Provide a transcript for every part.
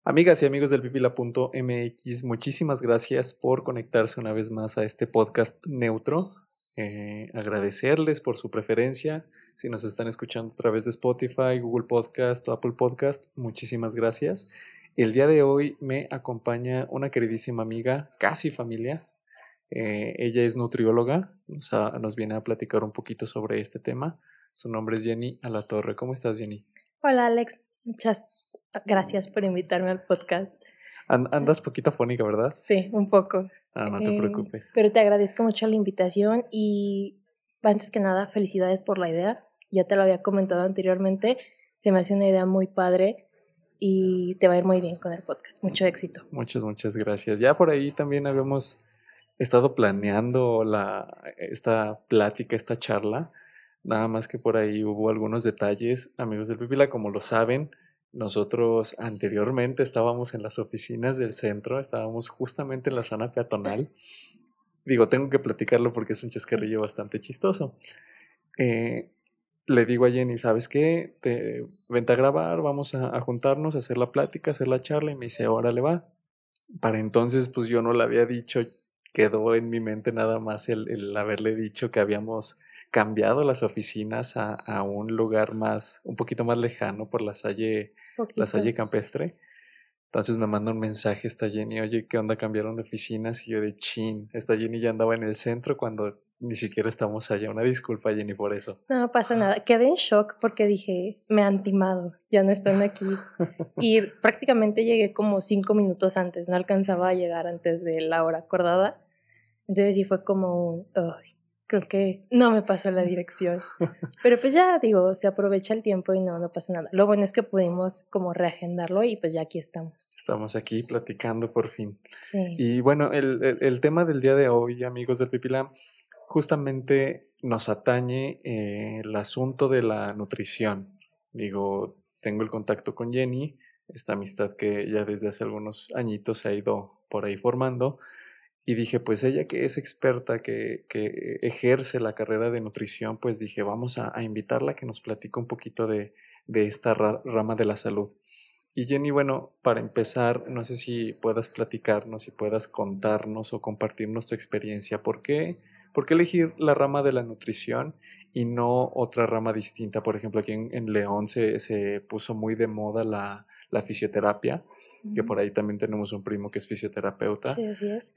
Amigas y amigos del pipila.mx, muchísimas gracias por conectarse una vez más a este podcast neutro. Agradecerles por su preferencia. Si nos están escuchando a través de Spotify, Google Podcast o Apple Podcast, muchísimas gracias. El día de hoy me acompaña una queridísima amiga, casi familia. Ella es nutrióloga, nos viene a platicar un poquito sobre este tema. Su nombre es Jenny Alatorre. ¿Cómo estás, Jenny? Hola Alex, muchas gracias por invitarme al podcast. Andas poquito afónica, ¿verdad? Sí, un poco. No te preocupes. Pero te agradezco mucho la invitación y antes que nada, felicidades por la idea. Ya te lo había comentado anteriormente, se me hace una idea muy padre y te va a ir muy bien con el podcast. Mucho éxito. Muchas gracias. Ya por ahí también habíamos estado planeando esta plática, esta charla. Nada más que por ahí hubo algunos detalles, amigos del Pipila, como lo saben, nosotros anteriormente estábamos en las oficinas del centro, estábamos justamente en la zona peatonal. Digo, tengo que platicarlo porque es un chascarrillo bastante chistoso. Eh, Le digo a Jenny, ¿sabes qué? Vente a grabar, vamos a juntarnos, a hacer la plática, a hacer la charla, y me dice, órale va. Para entonces, pues yo no le había dicho, quedó en mi mente nada más el haberle dicho que habíamos cambiado las oficinas a un lugar un poquito más lejano por la Salle Campestre. Entonces me manda un mensaje esta Jenny, oye, ¿qué onda? Cambiaron de oficinas, y yo de chin, esta Jenny ya andaba en el centro cuando ni siquiera estamos allá. Una disculpa, Jenny, por eso. No pasa nada. Quedé en shock porque dije, me han timado, ya no están aquí. Y prácticamente llegué como 5 minutos antes, no alcanzaba a llegar antes de la hora acordada. Entonces sí fue como un, creo que no me pasó la dirección. Pero pues ya digo, se aprovecha el tiempo y no pasa nada. Lo bueno es que pudimos como reagendarlo y pues ya aquí estamos. Estamos aquí platicando por fin. Sí. Y bueno, el tema del día de hoy, amigos del Pipila, justamente nos atañe el asunto de la nutrición. Digo, tengo el contacto con Jenny, esta amistad que ya desde hace algunos añitos se ha ido por ahí formando. Y dije, pues ella que es experta, que ejerce la carrera de nutrición, pues dije, vamos a invitarla a que nos platique un poquito de esta rama de la salud. Y Jenny, bueno, para empezar, no sé si puedas platicarnos, si puedas contarnos o compartirnos tu experiencia. ¿Por qué elegir la rama de la nutrición y no otra rama distinta? Por ejemplo, aquí en León se puso muy de moda la fisioterapia, que por ahí también tenemos un primo que es fisioterapeuta. Sí, así es.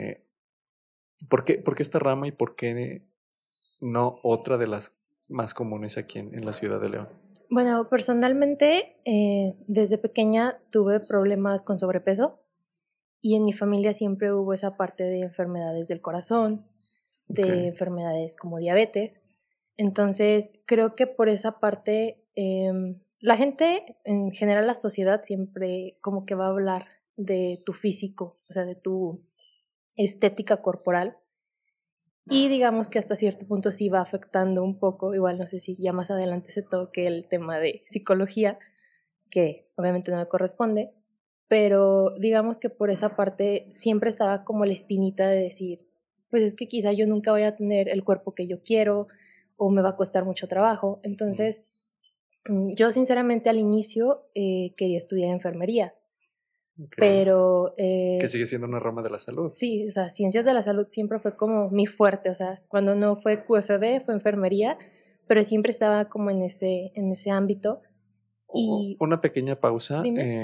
¿Por qué esta rama y por qué no otra de las más comunes aquí en la ciudad de León? Bueno, personalmente, desde pequeña tuve problemas con sobrepeso y en mi familia siempre hubo esa parte de enfermedades del corazón, de enfermedades como diabetes. Entonces, creo que por esa parte, la gente, en general la sociedad siempre como que va a hablar de tu físico, o sea, de tu estética corporal. Y digamos que hasta cierto punto sí va afectando un poco, igual no sé si ya más adelante se toque el tema de psicología, que obviamente no me corresponde, pero digamos que por esa parte siempre estaba como la espinita de decir, pues es que quizá yo nunca voy a tener el cuerpo que yo quiero o me va a costar mucho trabajo. Entonces, yo sinceramente al inicio quería estudiar enfermería, pero... que sigue siendo una rama de la salud. Sí, o sea, ciencias de la salud siempre fue como mi fuerte, o sea, cuando no fue QFB, fue enfermería, pero siempre estaba como en ese ámbito. Y Una pequeña pausa,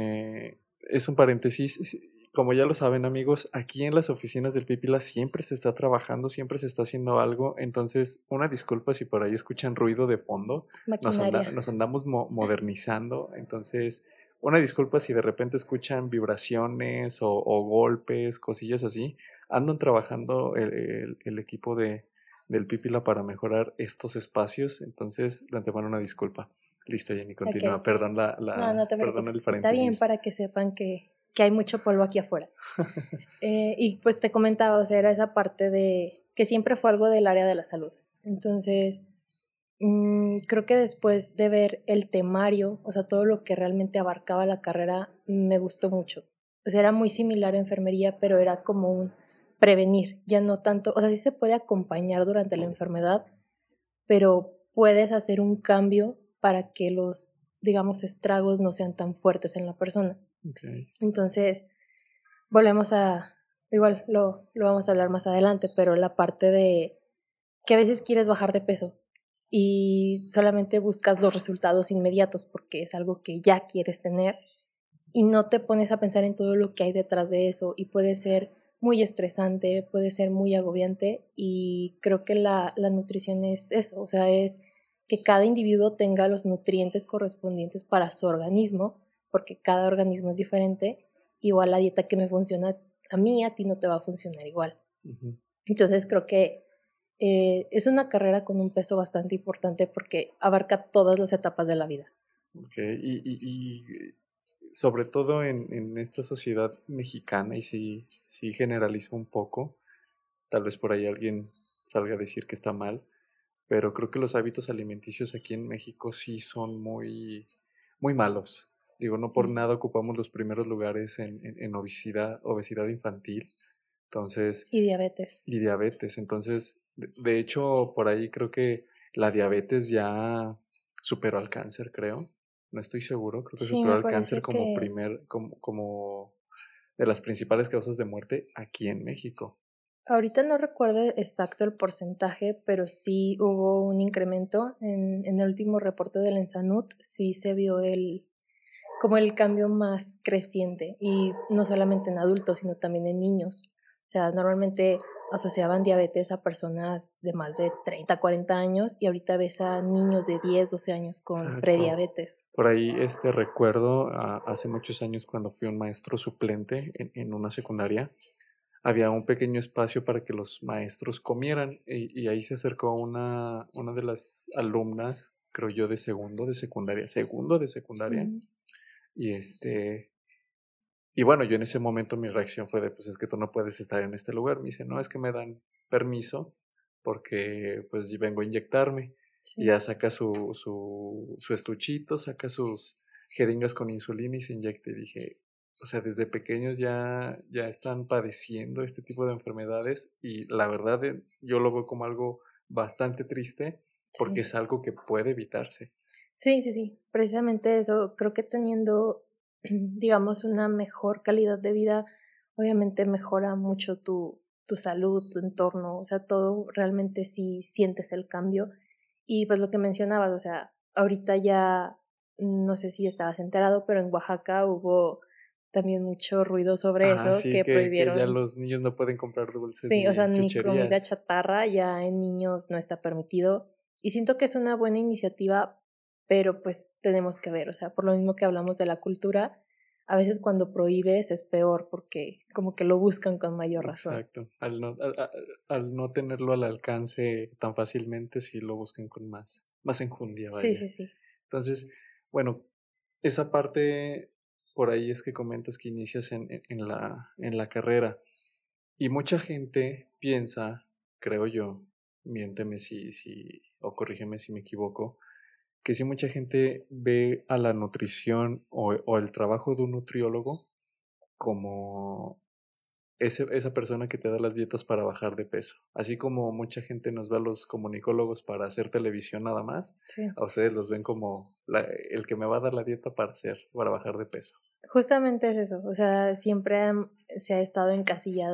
es un paréntesis. Como ya lo saben, amigos, aquí en las oficinas del Pipila siempre se está trabajando, siempre se está haciendo algo. Entonces, una disculpa si por ahí escuchan ruido de fondo. maquinaria. Nos andamos modernizando. Entonces, una disculpa si de repente escuchan vibraciones o golpes, cosillas así. Andan trabajando el equipo del Pipila para mejorar estos espacios. Entonces, de antemano una disculpa. Listo, Jenny, continúa. Ok. Perdón, No te perdón preocupes. el Está bien paréntesis. para que sepan que hay mucho polvo aquí afuera. Y pues te comentaba, o sea, era esa parte de que siempre fue algo del área de la salud. Entonces, creo que después de ver el temario, o sea, todo lo que realmente abarcaba la carrera, me gustó mucho. O sea, era muy similar a enfermería, pero era como un prevenir, ya no tanto, o sea, sí se puede acompañar durante la enfermedad, pero puedes hacer un cambio para que los digamos, estragos no sean tan fuertes en la persona. Okay. Entonces, volvemos a, igual lo vamos a hablar más adelante, pero la parte de que a veces quieres bajar de peso y solamente buscas los resultados inmediatos porque es algo que ya quieres tener y no te pones a pensar en todo lo que hay detrás de eso y puede ser muy estresante, puede ser muy agobiante y creo que la nutrición es eso, o sea, es que cada individuo tenga los nutrientes correspondientes para su organismo, porque cada organismo es diferente, igual la dieta que me funciona a mí, a ti no te va a funcionar igual. Uh-huh. Entonces creo que es una carrera con un peso bastante importante porque abarca todas las etapas de la vida. Okay. Y sobre todo en esta sociedad mexicana, y sí generalizo un poco, tal vez por ahí alguien salga a decir que está mal, pero creo que los hábitos alimenticios aquí en México sí son muy, muy malos. Digo, no por nada ocupamos los primeros lugares en obesidad infantil, entonces, Y diabetes. y diabetes. Entonces, de hecho, por ahí creo que la diabetes ya superó al cáncer, creo. No estoy seguro, creo que Sí, superó me al cáncer parece como que como de las principales causas de muerte aquí en México. ahorita no recuerdo exacto el porcentaje, pero sí hubo un incremento en el último reporte del ENSANUT, sí se vio como el cambio más creciente y no solamente en adultos, sino también en niños. O sea, normalmente asociaban diabetes a personas de más de 30, 40 años y ahorita ves a niños de 10, 12 años con Exacto. prediabetes. Por ahí recuerdo hace muchos años cuando fui un maestro suplente en una secundaria, había un pequeño espacio para que los maestros comieran y ahí se acercó una de las alumnas, creo yo, de segundo de secundaria, Mm. y y bueno, yo en ese momento mi reacción fue de, pues es que tú no puedes estar en este lugar. Me dice, no, es que me dan permiso porque pues vengo a inyectarme. Y Sí. ya saca su estuchito, saca sus jeringas con insulina y se inyecta. Y dije, o sea, desde pequeños ya están padeciendo este tipo de enfermedades y la verdad yo lo veo como algo bastante triste porque Sí. es algo que puede evitarse. Sí, sí, sí, precisamente eso, creo que teniendo, digamos, una mejor calidad de vida, obviamente mejora mucho tu salud, tu entorno, o sea, todo realmente sí sientes el cambio. Y pues lo que mencionabas, o sea, ahorita ya, no sé si estabas enterado, pero en Oaxaca hubo también mucho ruido sobre Ah, eso, sí, que que ya prohibieron, los niños no pueden comprar dulces sí, o sea, ni ni comida chucherías. chatarra ya en niños no está permitido. Y siento que es una buena iniciativa, pero pues tenemos que ver, o sea, por lo mismo que hablamos de la cultura, a veces cuando prohíbes es peor porque como que lo buscan con mayor razón. Exacto. Al no tenerlo al alcance tan fácilmente, sí lo buscan con más enjundia, Sí, vaya. sí, sí. Entonces, bueno, esa parte por ahí es que comentas que inicias en la carrera. Y mucha gente piensa, creo yo, miénteme o corrígeme si me equivoco, que sí mucha gente ve a la nutrición o el trabajo de un nutriólogo como esa persona que te da las dietas para bajar de peso. Así como mucha gente nos ve a los comunicólogos para hacer televisión nada más, Sí. a ustedes los ven como el que me va a dar la dieta para bajar de peso. Justamente es eso, o sea, siempre se ha estado encasillado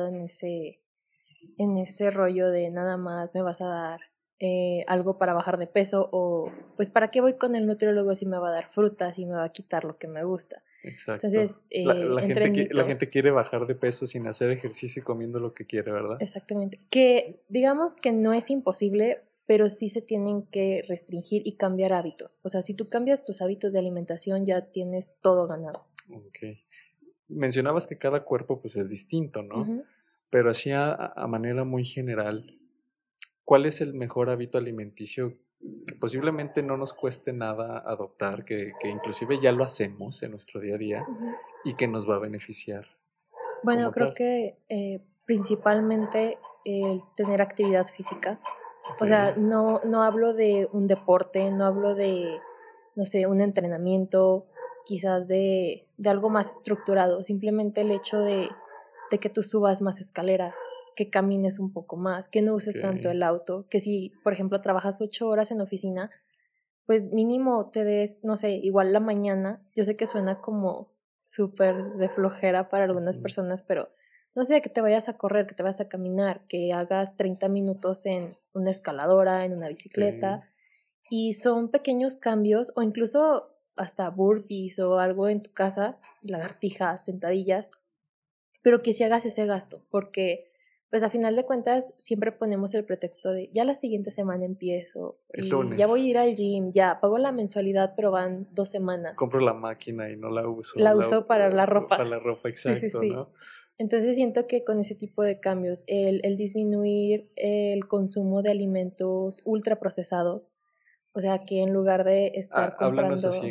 en ese rollo de nada más me vas a dar algo para bajar de peso o pues para qué voy con el nutriólogo si me va a dar frutas y me va a quitar lo que me gusta. Exacto. Entonces, La entra gente, en la mito, gente quiere bajar de peso sin hacer ejercicio y comiendo lo que quiere, ¿verdad? exactamente, que digamos que no es imposible, pero sí se tienen que restringir y cambiar hábitos. O sea, si tú cambias tus hábitos de alimentación ya tienes todo ganado. Ok. Mencionabas que cada cuerpo pues es distinto, ¿no? Ujú. Pero así a manera muy general, ¿cuál es el mejor hábito alimenticio que posiblemente no nos cueste nada adoptar, que inclusive ya lo hacemos en nuestro día a día Ujú. y que nos va a beneficiar Bueno, como creo tal? que principalmente el tener actividad física. Ok, O sea, no hablo de un deporte, no hablo de, no sé, un entrenamiento, quizás de algo más estructurado. Simplemente el hecho de que tú subas más escaleras, que camines un poco más, que no uses tanto ok, el auto, que si, por ejemplo, trabajas 8 horas en oficina, pues mínimo te des, no sé, igual la mañana. Yo sé que suena como súper de flojera para algunas personas, pero no sé, que te vayas a correr, que te vayas a caminar, que hagas 30 minutos en una escaladora, en una bicicleta. Y son pequeños cambios o incluso hasta burpees o algo en tu casa, lagartijas, sentadillas, pero que si hagas ese gasto, porque pues a final de cuentas siempre ponemos el pretexto de ya la siguiente semana empiezo Es y ya voy a lunes. ir al gym, ya pago la mensualidad, pero van 2 semanas. Compro la máquina y no la uso. La uso para la ropa. Para la ropa, Sí, sí, exacto, sí. ¿no? Entonces siento que con ese tipo de cambios, el disminuir el consumo de alimentos ultraprocesados, o sea, que en lugar de estar Háblanos así comprando...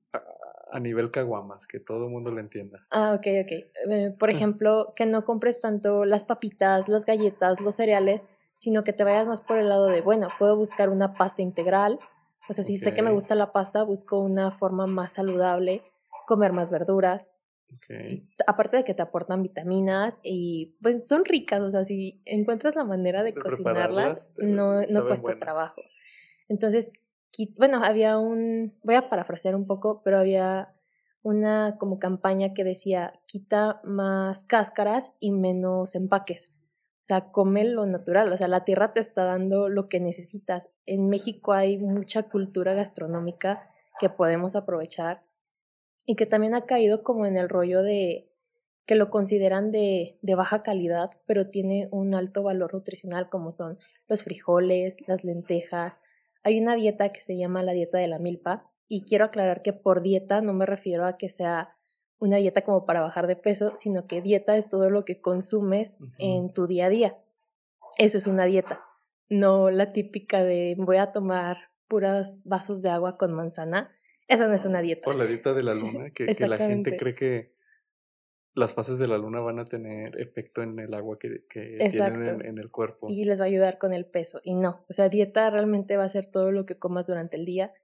a nivel caguamas, que todo el mundo lo entienda. Ah, ok, ok. Por ejemplo, que no compres tanto las papitas, las galletas, los cereales, sino que te vayas más por el lado de, bueno, puedo buscar una pasta integral. O sea, si sé que me Ok, gusta la pasta, busco una forma más saludable, comer más verduras. ok. Aparte de que te aportan vitaminas y pues son ricas, o sea, si encuentras la manera de De cocinarlas, prepararlas, no saben cuesta buenas. trabajo. Entonces, bueno, había voy a parafrasear un poco, pero había una como campaña que decía, quita más cáscaras y menos empaques. O sea, come lo natural, o sea, la tierra te está dando lo que necesitas. En México hay mucha cultura gastronómica que podemos aprovechar y que también ha caído como en el rollo de que lo consideran de baja calidad, pero tiene un alto valor nutricional como son los frijoles, las lentejas. Hay una dieta que se llama la dieta de la milpa y quiero aclarar que por dieta no me refiero a que sea una dieta como para bajar de peso, sino que dieta es todo lo que consumes Ujú. en tu día a día. Eso es una dieta, no la típica de voy a tomar puros vasos de agua con manzana. Eso no es una dieta. O la dieta de la luna, que la gente Exactamente, cree que las fases de la luna van a tener efecto en el agua que tienen exacto. en el cuerpo. Y les va a ayudar con el peso. Y no, o sea, dieta realmente va a ser todo lo que comas durante el día.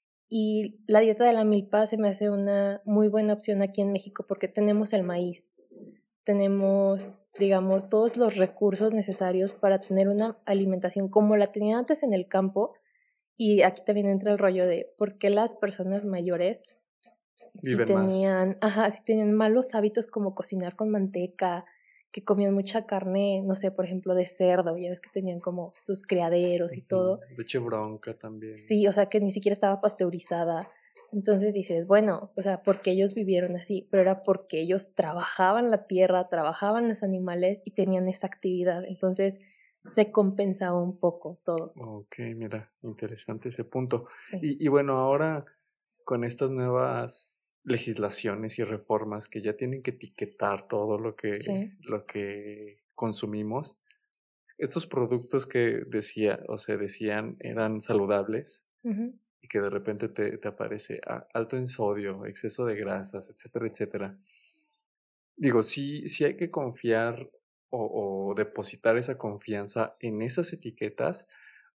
Y la dieta de la milpa se me hace una muy buena opción aquí en México porque tenemos el maíz, tenemos, digamos, todos los recursos necesarios para tener una alimentación como la tenían antes en el campo. Y aquí también entra el rollo de por qué las personas mayores Viven más. si tenían malos hábitos como cocinar con manteca, que comían mucha carne, no sé, por ejemplo, de cerdo, ya ves que tenían como sus criaderos y Ujú. todo. Leche bronca también. Sí, o sea, que ni siquiera estaba pasteurizada. Entonces dices, bueno, o sea, porque ellos vivieron así, pero era porque ellos trabajaban la tierra, trabajaban los animales y tenían esa actividad. Entonces se compensaba un poco todo. Ok, mira, interesante ese punto. Sí, Y bueno, ahora con estas nuevas legislaciones y reformas que ya tienen que etiquetar todo sí. lo que consumimos, estos productos que decía o se decían eran saludables Ujú. y que de repente te aparece alto en sodio, exceso de grasas, etcétera, etcétera. Digo, sí hay que confiar o depositar esa confianza en esas etiquetas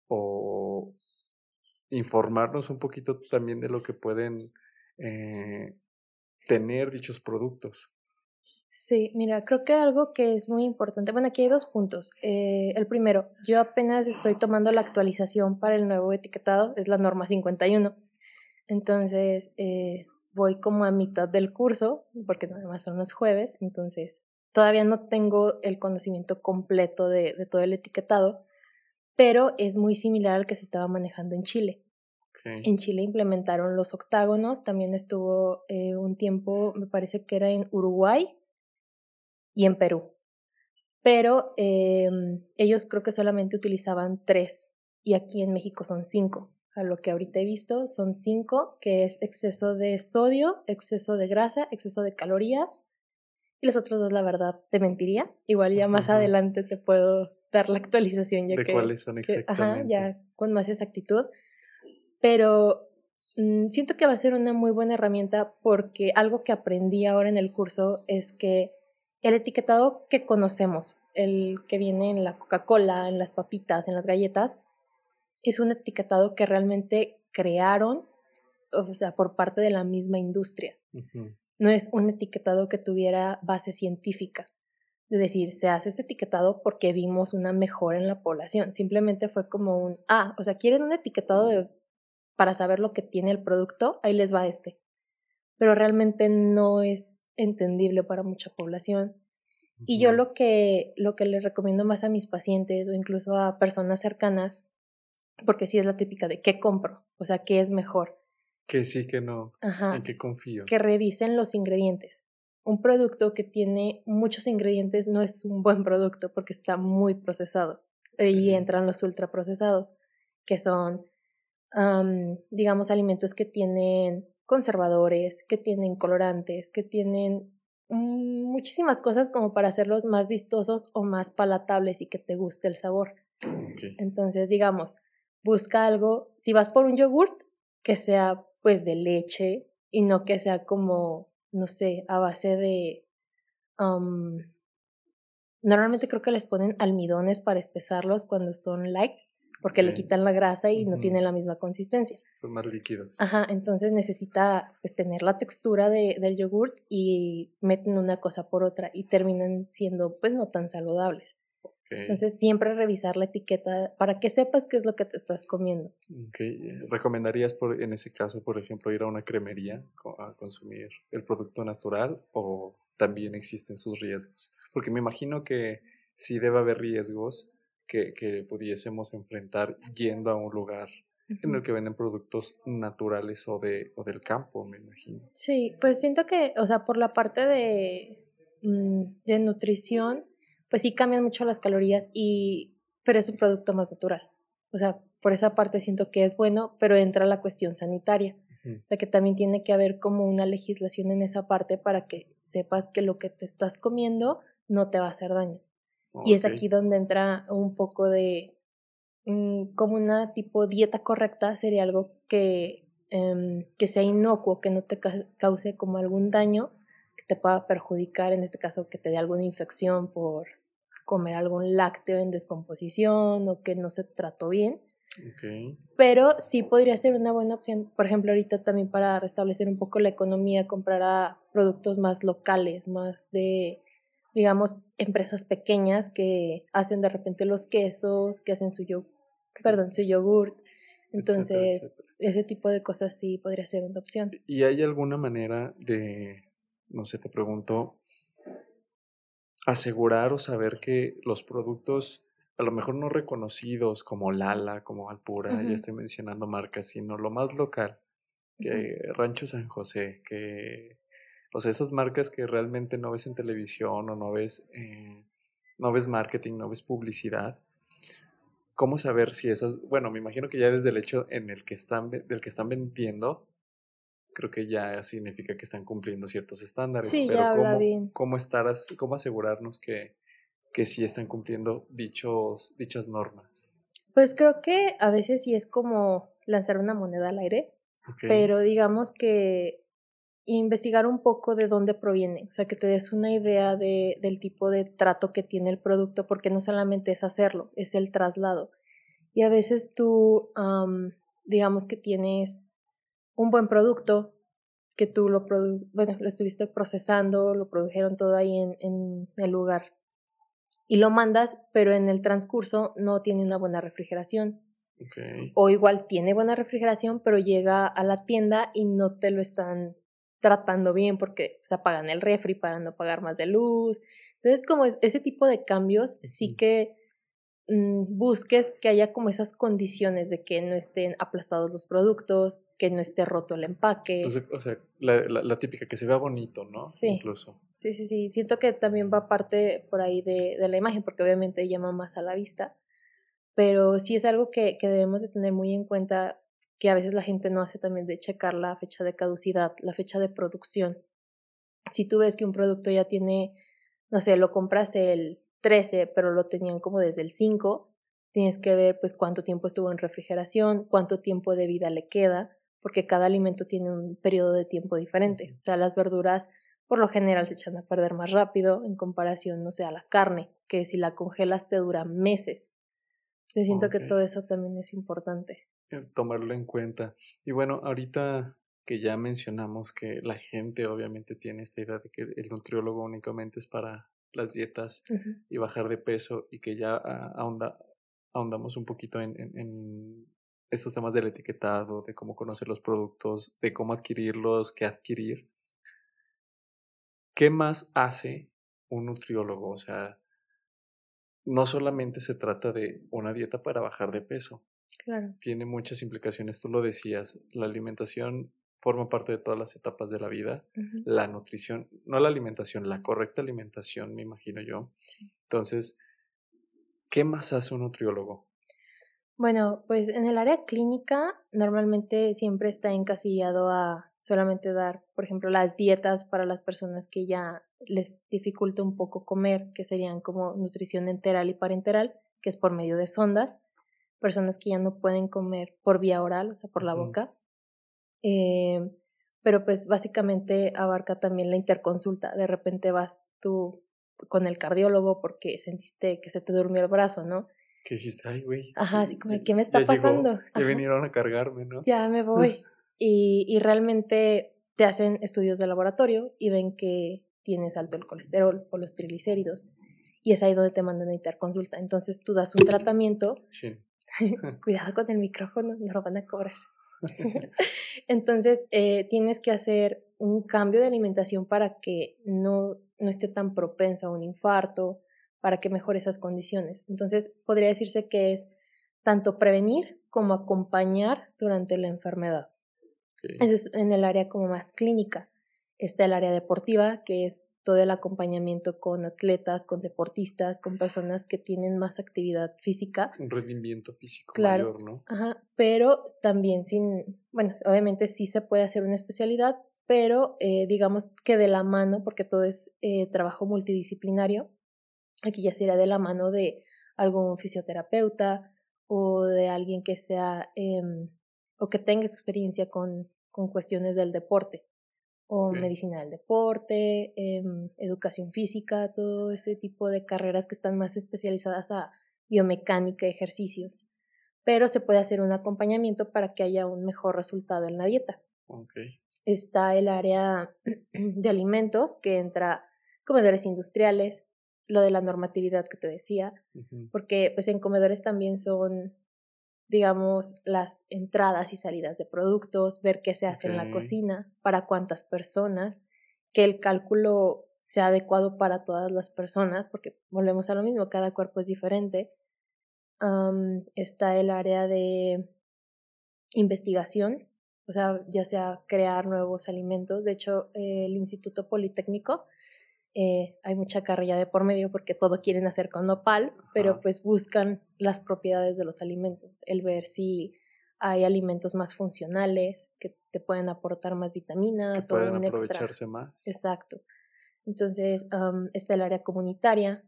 o informarnos un poquito también de lo que pueden eh, tener dichos productos. Sí, mira, creo que algo que es muy importante, bueno, aquí hay dos puntos. El primero, yo apenas estoy tomando la actualización para el nuevo etiquetado, es la norma 51. Entonces, voy como a mitad del curso, porque nada más son los jueves, entonces todavía no tengo el conocimiento completo de todo el etiquetado, pero es muy similar al que se estaba manejando en Chile. Okay. En Chile implementaron los octágonos, también estuvo un tiempo, me parece que era en Uruguay y en Perú. Pero ellos creo que solamente utilizaban 3 y aquí en México son 5. A lo que ahorita he visto son 5, que es exceso de sodio, exceso de grasa, exceso de calorías. Y los otros dos, la verdad, te mentiría. Igual ya más Ujú. adelante te puedo dar la actualización ya ¿De cuáles son exactamente? ya con más exactitud. Pero siento que va a ser una muy buena herramienta porque algo que aprendí ahora en el curso es que el etiquetado que conocemos, el que viene en la Coca-Cola, en las papitas, en las galletas, es un etiquetado que realmente crearon, o sea, por parte de la misma industria. Ujú. No es un etiquetado que tuviera base científica. De decir, se hace este etiquetado porque vimos una mejora en la población. Simplemente fue como o sea, quieren un etiquetado de para saber lo que tiene el producto, ahí les va este. Pero realmente no es entendible para mucha población. Y yo lo que les recomiendo más a mis pacientes o incluso a personas cercanas, porque sí es la típica de ¿qué compro? O sea, ¿qué es mejor? Que sí, que no. ¿En Ajá, qué confío? que revisen los ingredientes. Un producto que tiene muchos ingredientes no es un buen producto porque está muy procesado. Y entran los ultraprocesados, que son, digamos, alimentos que tienen conservadores, que tienen colorantes, que tienen muchísimas cosas como para hacerlos más vistosos o más palatables y que te guste el sabor. Ok. Entonces, digamos, busca algo, si vas por un yogurt, que sea pues de leche y no que sea como, no sé, a base de... am, normalmente creo que les ponen almidones para espesarlos cuando son light, porque le Ok. quitan la grasa y no Ujú. tienen la misma consistencia. Son más líquidos. Ajá, entonces necesita pues tener la textura del yogurt y meten una cosa por otra y terminan siendo pues no tan saludables. Ok. Entonces siempre revisar la etiqueta para que sepas qué es lo que te estás comiendo. Ok. ¿Recomendarías en ese caso, por ejemplo, ir a una cremería a consumir el producto natural o también existen sus riesgos? Porque me imagino que sí debe haber riesgos que pudiésemos enfrentar yendo a un lugar en el Ujú. que venden productos naturales o del campo, me imagino. Sí, pues siento que, o sea, por la parte de nutrición, pues sí cambian mucho las calorías pero es un producto más natural. O sea, por esa parte siento que es bueno, pero entra la cuestión sanitaria. Ujú. O sea, que también tiene que haber como una legislación en esa parte para que sepas que lo que te estás comiendo no te va a hacer daño. Y es Ok. aquí donde entra un poco de, como una tipo dieta correcta sería algo que sea inocuo, que no te cause como algún daño, que te pueda perjudicar, en este caso que te dé alguna infección por comer algún lácteo en descomposición o que no se trató bien. Ok. Pero sí podría ser una buena opción, por ejemplo, ahorita también para restablecer un poco la economía, comprar a productos más locales, más de, digamos, empresas pequeñas que hacen de repente los quesos, que hacen Sí, su yogurt. etcétera, Entonces, etcétera. ese tipo de cosas sí podría ser una opción. ¿Y hay alguna manera de, no sé, te pregunto, asegurar o saber que los productos, a lo mejor no reconocidos como Lala, como Alpura, ya Ujú, estoy mencionando marcas, sino lo más local, ujú. que Rancho San José, que, o sea, esas marcas que realmente no ves en televisión o no ves marketing, no ves publicidad, ¿cómo saber si esas, bueno, me imagino que ya desde el hecho en el que del que están vendiendo, creo que ya significa que están cumpliendo ciertos estándares, Sí, pero ya habla bien. cómo asegurarnos que sí están cumpliendo dichas normas? Pues creo que a veces sí es como lanzar una moneda al aire, Ok. pero digamos que investigar un poco de dónde proviene, o sea, que te des una idea del tipo de trato que tiene el producto, porque no solamente es hacerlo, es el traslado. Y a veces tú, digamos que tienes un buen producto, que tú bueno, lo estuviste procesando, lo produjeron todo ahí en el lugar y lo mandas, pero en el transcurso no tiene una buena refrigeración. Ok. O igual tiene buena refrigeración, pero llega a la tienda y no te lo están tratando bien porque se apagan el refri para no pagar más de luz. Entonces, como ese tipo de cambios, sí Ujú. que busques que haya como esas condiciones de que no estén aplastados los productos, que no esté roto el empaque. Entonces, o sea, la típica, que se vea bonito, ¿no? Sí, Incluso. sí, sí, sí. Siento que también va parte por ahí de la imagen, porque obviamente llama más a la vista, pero sí es algo que debemos de tener muy en cuenta, que a veces la gente no hace también de checar la fecha de caducidad, la fecha de producción. Si tú ves que un producto ya tiene, no sé, lo compras el 13 pero lo tenían como desde el 5, tienes que ver pues cuánto tiempo estuvo en refrigeración, cuánto tiempo de vida le queda, porque cada alimento tiene un periodo de tiempo diferente. Ujú. O sea, las verduras por lo general se echan a perder más rápido en comparación, no sé, a la carne, que si la congelas te dura meses. Yo siento Ok. que todo eso también es importante. Tomarlo en cuenta. Y bueno, ahorita que ya mencionamos que la gente obviamente tiene esta idea de que el nutriólogo únicamente es para las dietas Ujú, y bajar de peso y que ya ahondamos un poquito estos temas del etiquetado, de cómo conocer los productos, de cómo adquirirlos, qué adquirir. ¿Qué más hace un nutriólogo? O sea, no solamente se trata de una dieta para bajar de peso, Claro. tiene muchas implicaciones, tú lo decías, la alimentación forma parte de todas las etapas de la vida, Ujú. la nutrición, no la alimentación, la correcta alimentación, me imagino yo. Sí. Entonces, ¿qué más hace un nutriólogo? Bueno, pues en el área clínica normalmente siempre está encasillado a solamente dar, por ejemplo, las dietas para las personas que ya les dificulta un poco comer, que serían como nutrición enteral y parenteral, que es por medio de sondas, personas que ya no pueden comer por vía oral, o sea, por la Ujú. boca. Eh, pero pues básicamente abarca también la interconsulta. De repente vas tú con el cardiólogo porque sentiste que se te durmió el brazo, ¿no? Que dijiste, ay, güey, Ajá, así como de, ¿qué me ya está llegó, pasando? ya Ajá, vinieron a cargarme, ¿no? ya me voy. Y realmente te hacen estudios de laboratorio y ven que tienes alto el colesterol o los triglicéridos. Y es ahí donde te mandan a interconsulta. Entonces tú das un tratamiento. Sí. Cuidado con el micrófono, nos lo van a cobrar. Entonces, tienes que hacer un cambio de alimentación para que no esté tan propenso a un infarto, para que mejore esas condiciones. Entonces, podría decirse que es tanto prevenir como acompañar durante la enfermedad. Ok. Eso es en el área como más clínica. Está el área deportiva, que es todo el acompañamiento con atletas, con deportistas, con personas que tienen más actividad física. Un rendimiento físico Claro, mayor, ¿no? ajá, pero también bueno, obviamente sí se puede hacer una especialidad, pero digamos que de la mano, porque todo es trabajo multidisciplinario, aquí ya sería de la mano de algún fisioterapeuta o de alguien que sea o que tenga experiencia con cuestiones del deporte o Ok. medicina del deporte, educación física, todo ese tipo de carreras que están más especializadas a biomecánica, ejercicios, pero se puede hacer un acompañamiento para que haya un mejor resultado en la dieta. Ok. Está el área de alimentos, que entra comedores industriales, lo de la normatividad que te decía, Ujú. porque pues en comedores también son, digamos, las entradas y salidas de productos, ver qué se Ok. hace en la cocina, para cuántas personas, que el cálculo sea adecuado para todas las personas, porque volvemos a lo mismo, cada cuerpo es diferente. Está el área de investigación, o sea, ya sea crear nuevos alimentos. De hecho, el Instituto Politécnico, hay mucha carrilla de por medio porque todo quieren hacer con nopal, pero Ajá. pues buscan las propiedades de los alimentos, el ver si hay alimentos más funcionales que te pueden aportar más Que vitaminas o pueden un extra. aprovecharse más. Exacto. Entonces, está el área comunitaria.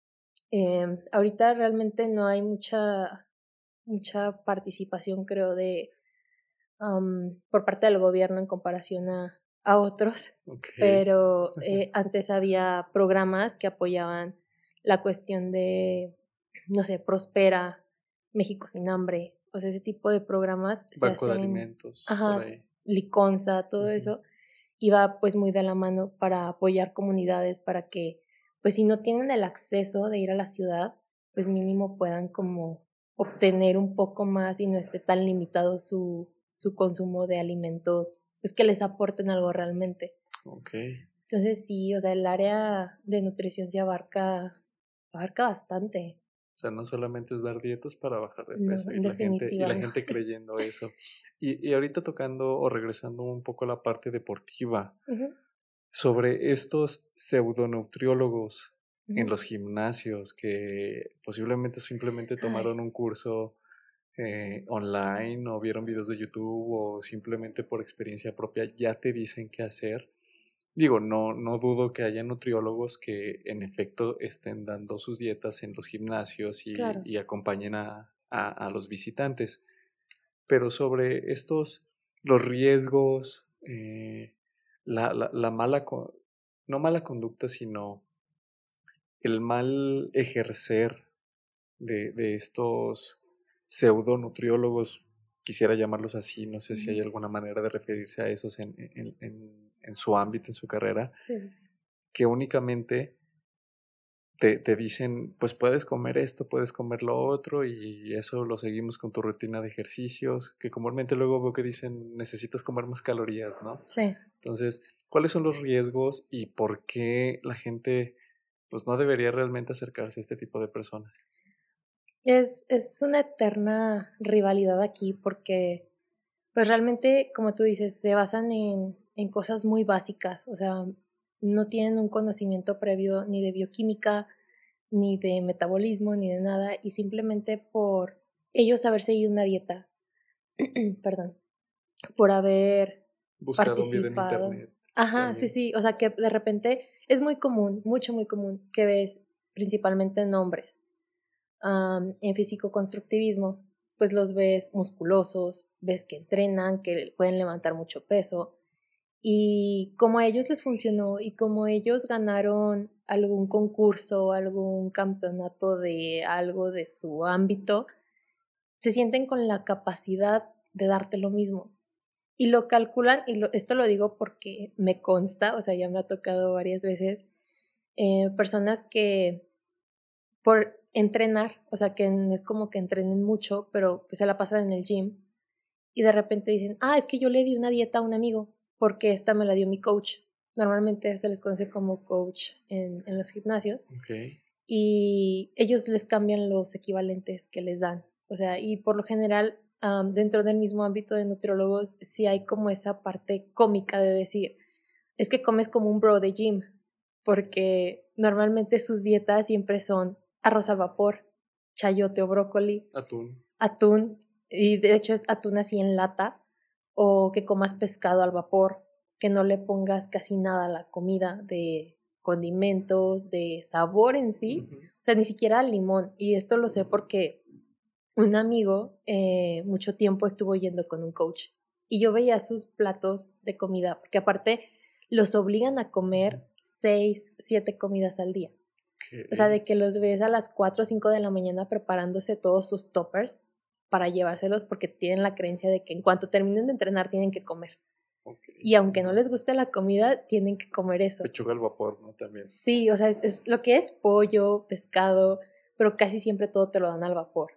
Ahorita realmente no hay mucha participación, creo, por parte del gobierno en comparación a otros, Ok. pero antes había programas que apoyaban la cuestión de, no sé, Prospera, México sin hambre, o sea, ese tipo de programas se Banco de hacen, alimentos, por ajá, ahí. Liconza, todo Ujú. eso, iba pues muy de la mano para apoyar comunidades para que, pues si no tienen el acceso de ir a la ciudad, pues mínimo puedan como obtener un poco más y no esté tan limitado su consumo de alimentos, pues que les aporten algo realmente. Ok. Entonces sí, o sea, el área de nutrición se abarca bastante. O sea, no solamente es dar dietas para bajar de No, peso en y definitiva la no. gente creyendo eso. Y ahorita tocando o regresando un poco a la parte deportiva, Ujú, sobre estos pseudonutriólogos en ujú. los gimnasios que posiblemente simplemente Ay, tomaron un curso online o vieron videos de YouTube o simplemente por experiencia propia ya te dicen qué hacer. Digo, no dudo que haya nutriólogos que en efecto estén dando sus dietas en los gimnasios claro. y acompañen a los visitantes, pero sobre estos, los riesgos, la mala, no mala conducta, sino el mal ejercer de estos pseudo nutriólogos, quisiera llamarlos así, no sé si hay Ujú. alguna manera de referirse a esos en su ámbito, en su carrera, Sí, sí, sí. que únicamente te dicen, pues puedes comer esto, puedes comer lo otro y eso lo seguimos con tu rutina de ejercicios, que comúnmente luego veo que dicen necesitas comer más calorías, ¿no? Sí. Entonces, ¿cuáles son los riesgos y por qué la gente pues no debería realmente acercarse a este tipo de personas? Es una eterna rivalidad aquí porque, pues realmente, como tú dices, se basan en cosas muy básicas, o sea, no tienen un conocimiento previo ni de bioquímica, ni de metabolismo, ni de nada, y simplemente por ellos haber seguido una dieta, perdón, por haber Buscado un video en participado. internet Ajá, sí, también. sí, o sea que de repente es muy común, mucho, muy común que ves principalmente en hombres en físico-constructivismo, pues los ves musculosos, ves que entrenan, que pueden levantar mucho peso, y como a ellos les funcionó y como ellos ganaron algún concurso, algún campeonato de algo de su ámbito, se sienten con la capacidad de darte lo mismo. Y lo calculan, y esto lo digo porque me consta, o sea, ya me ha tocado varias veces, personas que por entrenar, o sea, que no es como que entrenen mucho, pero pues se la pasan en el gym y de repente dicen, es que yo le di una dieta a un amigo porque esta me la dio mi coach. Normalmente se les conoce como coach en los gimnasios Ok. y ellos les cambian los equivalentes que les dan. O sea, y por lo general, dentro del mismo ámbito de nutriólogos, sí hay como esa parte cómica de decir, es que comes como un bro de gym, porque normalmente sus dietas siempre son arroz al vapor, chayote o brócoli, Atún. atún, y de hecho es atún así en lata, o que comas pescado al vapor, que no le pongas casi nada a la comida de condimentos, de sabor en sí, Ujú. o sea, ni siquiera limón. Y esto lo sé porque un amigo mucho tiempo estuvo yendo con un coach y yo veía sus platos de comida, porque aparte los obligan a comer 6, 7 comidas al día. O sea, Ok. de que los ves a las 4 o 5 de la mañana preparándose todos sus toppers para llevárselos porque tienen la creencia de que en cuanto terminen de entrenar tienen que comer. Ok. Y aunque no les guste la comida, tienen que comer eso. Pechuga al vapor, ¿no? También. Sí, o sea, es lo que es pollo, pescado, pero casi siempre todo te lo dan al vapor.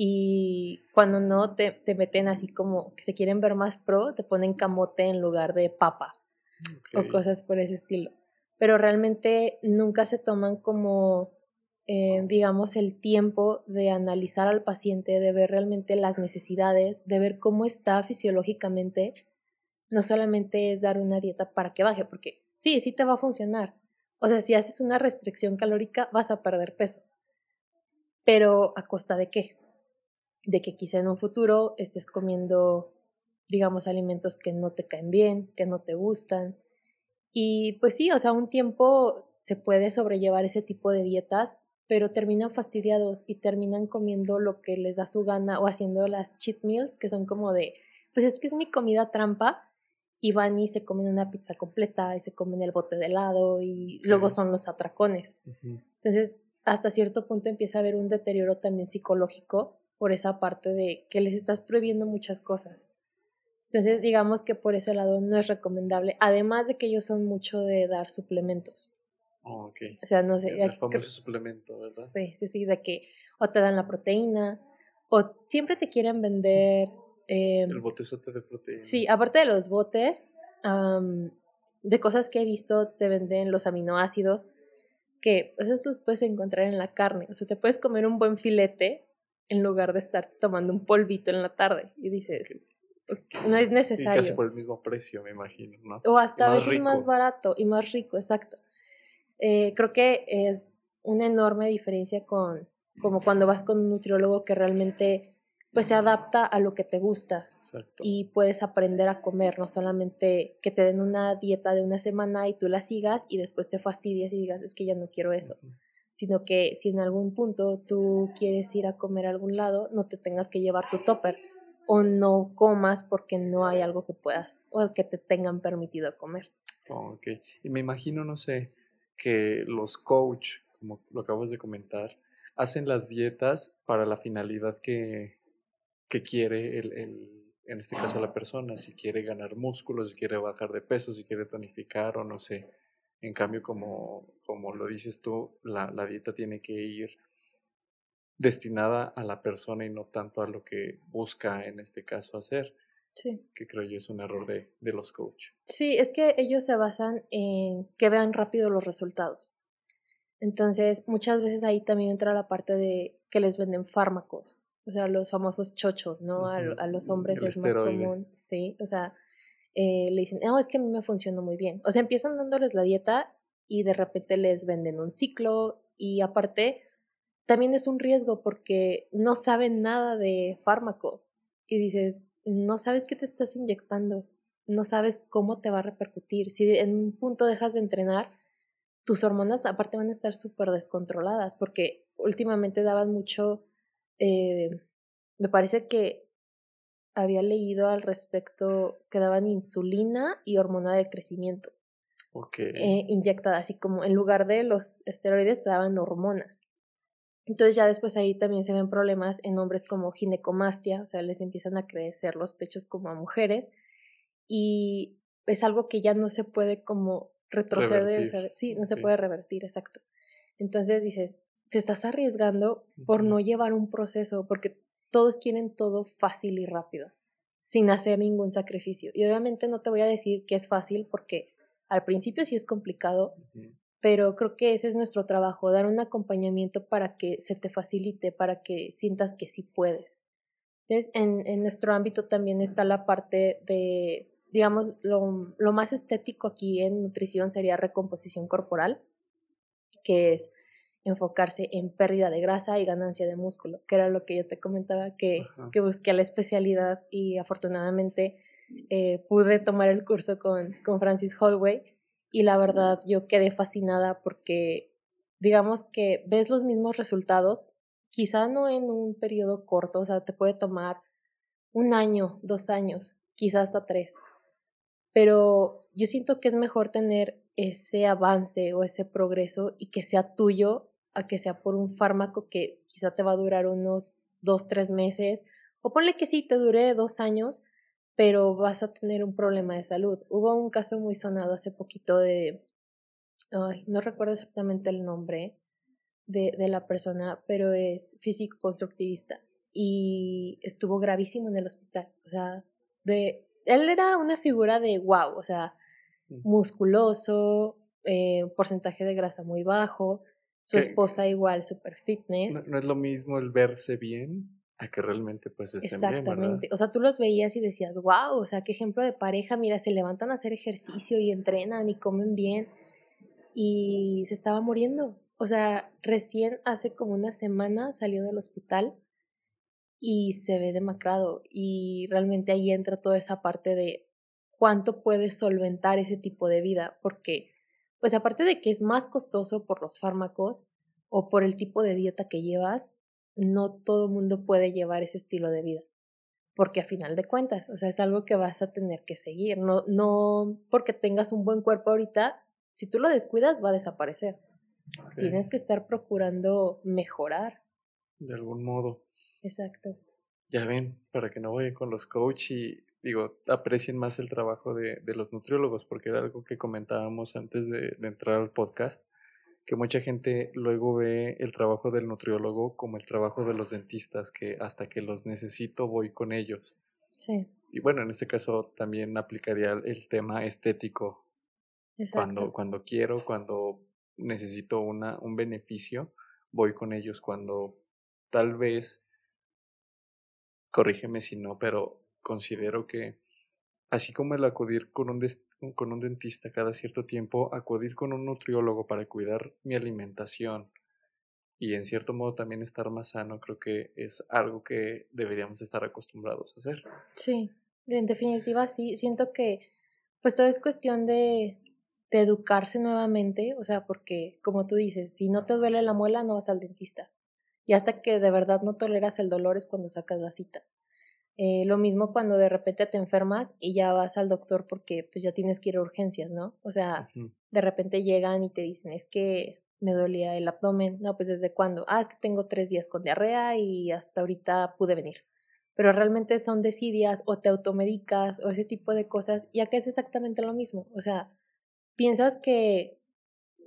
Y cuando no te meten así como que se quieren ver más pro, te ponen camote en lugar de papa Ok. o cosas por ese estilo. Pero realmente nunca se toman como, digamos, el tiempo de analizar al paciente, de ver realmente las necesidades, de ver cómo está fisiológicamente. No solamente es dar una dieta para que baje, porque sí, sí te va a funcionar. O sea, si haces una restricción calórica, vas a perder peso. Pero ¿a costa de qué? De que quizá en un futuro estés comiendo, digamos, alimentos que no te caen bien, que no te gustan. Y pues sí, o sea, un tiempo se puede sobrellevar ese tipo de dietas, pero terminan fastidiados y terminan comiendo lo que les da su gana o haciendo las cheat meals, que son como de, pues es que es mi comida trampa, y van y se comen una pizza completa y se comen el bote de helado y luego Ok. son los atracones. Ujú. Entonces, hasta cierto punto empieza a haber un deterioro también psicológico por esa parte de que les estás prohibiendo muchas cosas. Entonces, digamos que por ese lado no es recomendable, además de que ellos son mucho de dar suplementos. Oh, ok. O sea, no sé, El famoso suplemento, ¿verdad? sí, sí, sí, de que o te dan la proteína, o siempre te quieren vender, El eh, botezote de proteína. sí, aparte de los botes, de cosas que he visto, te venden los aminoácidos, que pues, esos los puedes encontrar en la carne. O sea, te puedes comer un buen filete en lugar de estar tomando un polvito en la tarde. Y dices, Ok. no es Y casi necesario. por el mismo precio, me imagino, ¿no? O Y hasta a más veces más rico. barato y más rico, exacto. Creo que es una enorme diferencia con como cuando vas con un nutriólogo que realmente pues se adapta a lo que te gusta Exacto. y puedes aprender a comer, no solamente que te den una dieta de una semana y tú la sigas y después te fastidies y digas es que ya no quiero eso, Ujú. sino que si en algún punto tú quieres ir a comer a algún lado, no te tengas que llevar tu topper o no comas porque no hay algo que puedas o que te tengan permitido comer. Oh, ok. Y me imagino, no sé, que los coach, como lo acabas de comentar, hacen las dietas para la finalidad que quiere en este caso la persona, si quiere ganar músculos, si quiere bajar de peso, si quiere tonificar o no sé. En cambio, como lo dices tú, la dieta tiene que ir destinada a la persona y no tanto a lo que busca en este caso hacer, Sí. que creo yo es un error de los coach. Sí, es que ellos se basan en que vean rápido los resultados. Entonces, muchas veces ahí también entra la parte de que les venden fármacos, o sea, los famosos chochos, ¿no? A los hombres El es más esteroide. común, sí, o sea, le dicen, no, es que a mí me funcionó muy bien. O sea, empiezan dándoles la dieta y de repente les venden un ciclo y aparte también es un riesgo porque no saben nada de fármaco y dices, no sabes qué te estás inyectando, no sabes cómo te va a repercutir. Si en un punto dejas de entrenar, tus hormonas aparte van a estar súper descontroladas porque últimamente daban mucho, eh, me parece que había leído al respecto que daban insulina y hormona del crecimiento Ok. inyectada, así como en lugar de los esteroides te daban hormonas. Entonces ya después ahí también se ven problemas en hombres como ginecomastia, o sea, les empiezan a crecer los pechos como a mujeres y es algo que ya no se puede como retroceder, Revertir. ¿sabes? Sí, no se Ok. puede revertir, exacto. Entonces dices, te estás arriesgando por Ujú. no llevar un proceso, porque todos quieren todo fácil y rápido, sin hacer ningún sacrificio. Y obviamente no te voy a decir que es fácil porque al principio sí es complicado, Ujú. pero creo que ese es nuestro trabajo, dar un acompañamiento para que se te facilite, para que sientas que sí puedes. Entonces, en nuestro ámbito también está la parte de, digamos, lo más estético aquí en nutrición sería recomposición corporal, que es enfocarse en pérdida de grasa y ganancia de músculo, que era lo que yo te comentaba, Ajá. que busqué la especialidad y afortunadamente pude tomar el curso con Francis Holloway y la verdad yo quedé fascinada porque digamos que ves los mismos resultados, quizá no en un periodo corto, o sea, te puede tomar un año, 2 años, quizá hasta 3, pero yo siento que es mejor tener ese avance o ese progreso y que sea tuyo a que sea por un fármaco que quizá te va a durar unos 2, 3 meses, o ponle que sí, te dure 2 años, pero vas a tener un problema de salud. Hubo un caso muy sonado hace poquito de, ay, no recuerdo exactamente el nombre de la persona, pero es físico-constructivista y estuvo gravísimo en el hospital. O sea, él era una figura de wow, o sea, musculoso, porcentaje de grasa muy bajo, su Que esposa igual, super fitness. no es lo mismo el verse bien a que realmente pues estén bien, ¿verdad? Exactamente. O sea, tú los veías y decías, wow, o sea, qué ejemplo de pareja, mira, se levantan a hacer ejercicio y entrenan y comen bien y se estaba muriendo. O sea, recién hace como una semana salió del hospital y se ve demacrado y realmente ahí entra toda esa parte de cuánto puedes solventar ese tipo de vida, porque pues aparte de que es más costoso por los fármacos o por el tipo de dieta que llevas, no todo el mundo puede llevar ese estilo de vida, porque a final de cuentas, o sea, es algo que vas a tener que seguir, no porque tengas un buen cuerpo ahorita, si tú lo descuidas va a desaparecer. Ok. Tienes que estar procurando mejorar. De algún modo. Exacto. Ya ven, para que no vayan con los coach y digo, aprecien más el trabajo de los nutriólogos, porque era algo que comentábamos antes de entrar al podcast, que mucha gente luego ve el trabajo del nutriólogo como el trabajo de los dentistas, que hasta que los necesito voy con ellos. Sí, Y bueno, en este caso también aplicaría el tema estético. exacto. Cuando quiero, cuando necesito un beneficio, voy con ellos. Cuando tal vez, corrígeme si no, pero considero que así como el acudir con un dentista cada cierto tiempo, acudir con un nutriólogo para cuidar mi alimentación y en cierto modo también estar más sano, creo que es algo que deberíamos estar acostumbrados a hacer. Sí, en definitiva sí, siento que pues todo es cuestión de educarse nuevamente, o sea, porque como tú dices, si no te duele la muela no vas al dentista. Y hasta que de verdad no toleras el dolor es cuando sacas la cita. Lo mismo cuando de repente te enfermas y ya vas al doctor porque pues ya tienes que ir a urgencias, ¿no? O sea, Ujú. de repente llegan y te dicen, es que me dolía el abdomen. No, pues ¿desde cuándo? Ah, es que tengo 3 días con diarrea y hasta ahorita pude venir. Pero realmente son desidias o te automedicas o ese tipo de cosas y acá es exactamente lo mismo. O sea, piensas que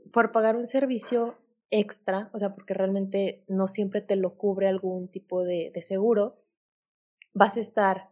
por pagar un servicio extra, o sea, porque realmente no siempre te lo cubre algún tipo de seguro, vas a estar,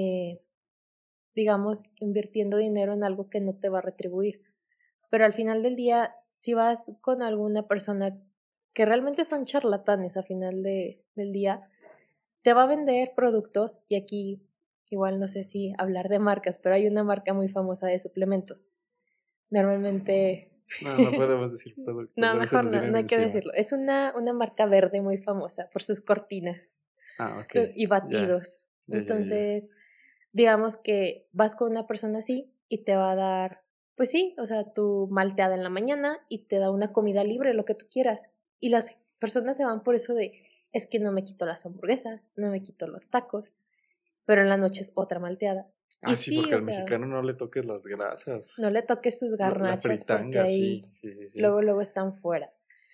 digamos, invirtiendo dinero en algo que no te va a retribuir. Pero al final del día, si vas con alguna persona que realmente son charlatanes al final del día, te va a vender productos, y aquí igual no sé si hablar de marcas, pero hay una marca muy famosa de suplementos. Normalmente... No, no podemos decir productos, No, luego se mejor nos no, vienen no hay que encima. decirlo. Es una marca verde muy famosa por sus cortinas Ah, ok, y ya, batidos. ya. Entonces, digamos que vas con una persona así y te va a dar, pues sí, o sea, tu malteada en la mañana y te da una comida libre, lo que tú quieras. Y las personas se van por eso de, es que no me quito las hamburguesas, no me quito los tacos, pero en la noche es otra malteada. Y Ah, sí, sí, porque o al sea, mexicano no le toques las grasas. no le toques sus La garnachas porque fritanga, ahí sí, sí, sí, sí. luego están fuera.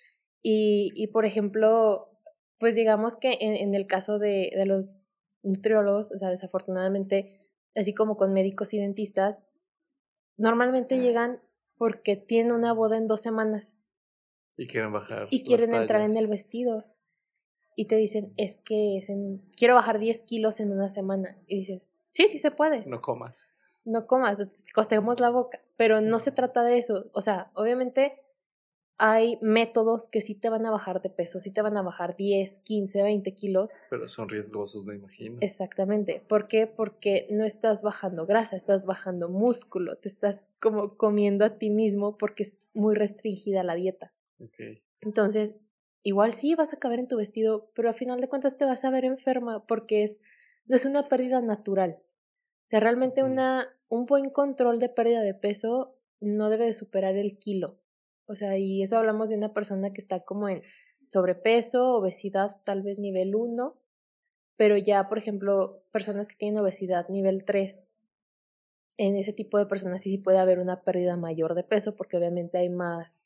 Y por ejemplo, pues digamos que en el caso de los nutriólogos, o sea, desafortunadamente, así como con médicos y dentistas, normalmente llegan porque tienen una boda en 2 semanas Y quieren bajar y las quieren entrar en el tallas. vestido y te dicen, es que quiero bajar 10 kilos en una semana. Y dices, sí, sí se puede, No comas. no comas, cosemos la boca, pero no se trata de eso. O sea, obviamente hay métodos que sí te van a bajar de peso, sí te van a bajar 10, 15, 20 kilos. Pero son riesgosos, me imagino. Exactamente. ¿Por qué? Porque no estás bajando grasa, estás bajando músculo, te estás como comiendo a ti mismo porque es muy restringida la dieta. Ok. Entonces, igual sí vas a caber en tu vestido, pero a final de cuentas te vas a ver enferma porque no es una pérdida natural. O sea, realmente un buen control de pérdida de peso no debe de superar el kilo. O sea, y eso hablamos de una persona que está como en sobrepeso, obesidad, tal vez nivel 1, pero ya, por ejemplo, personas que tienen obesidad nivel 3, en ese tipo de personas sí puede haber una pérdida mayor de peso porque obviamente hay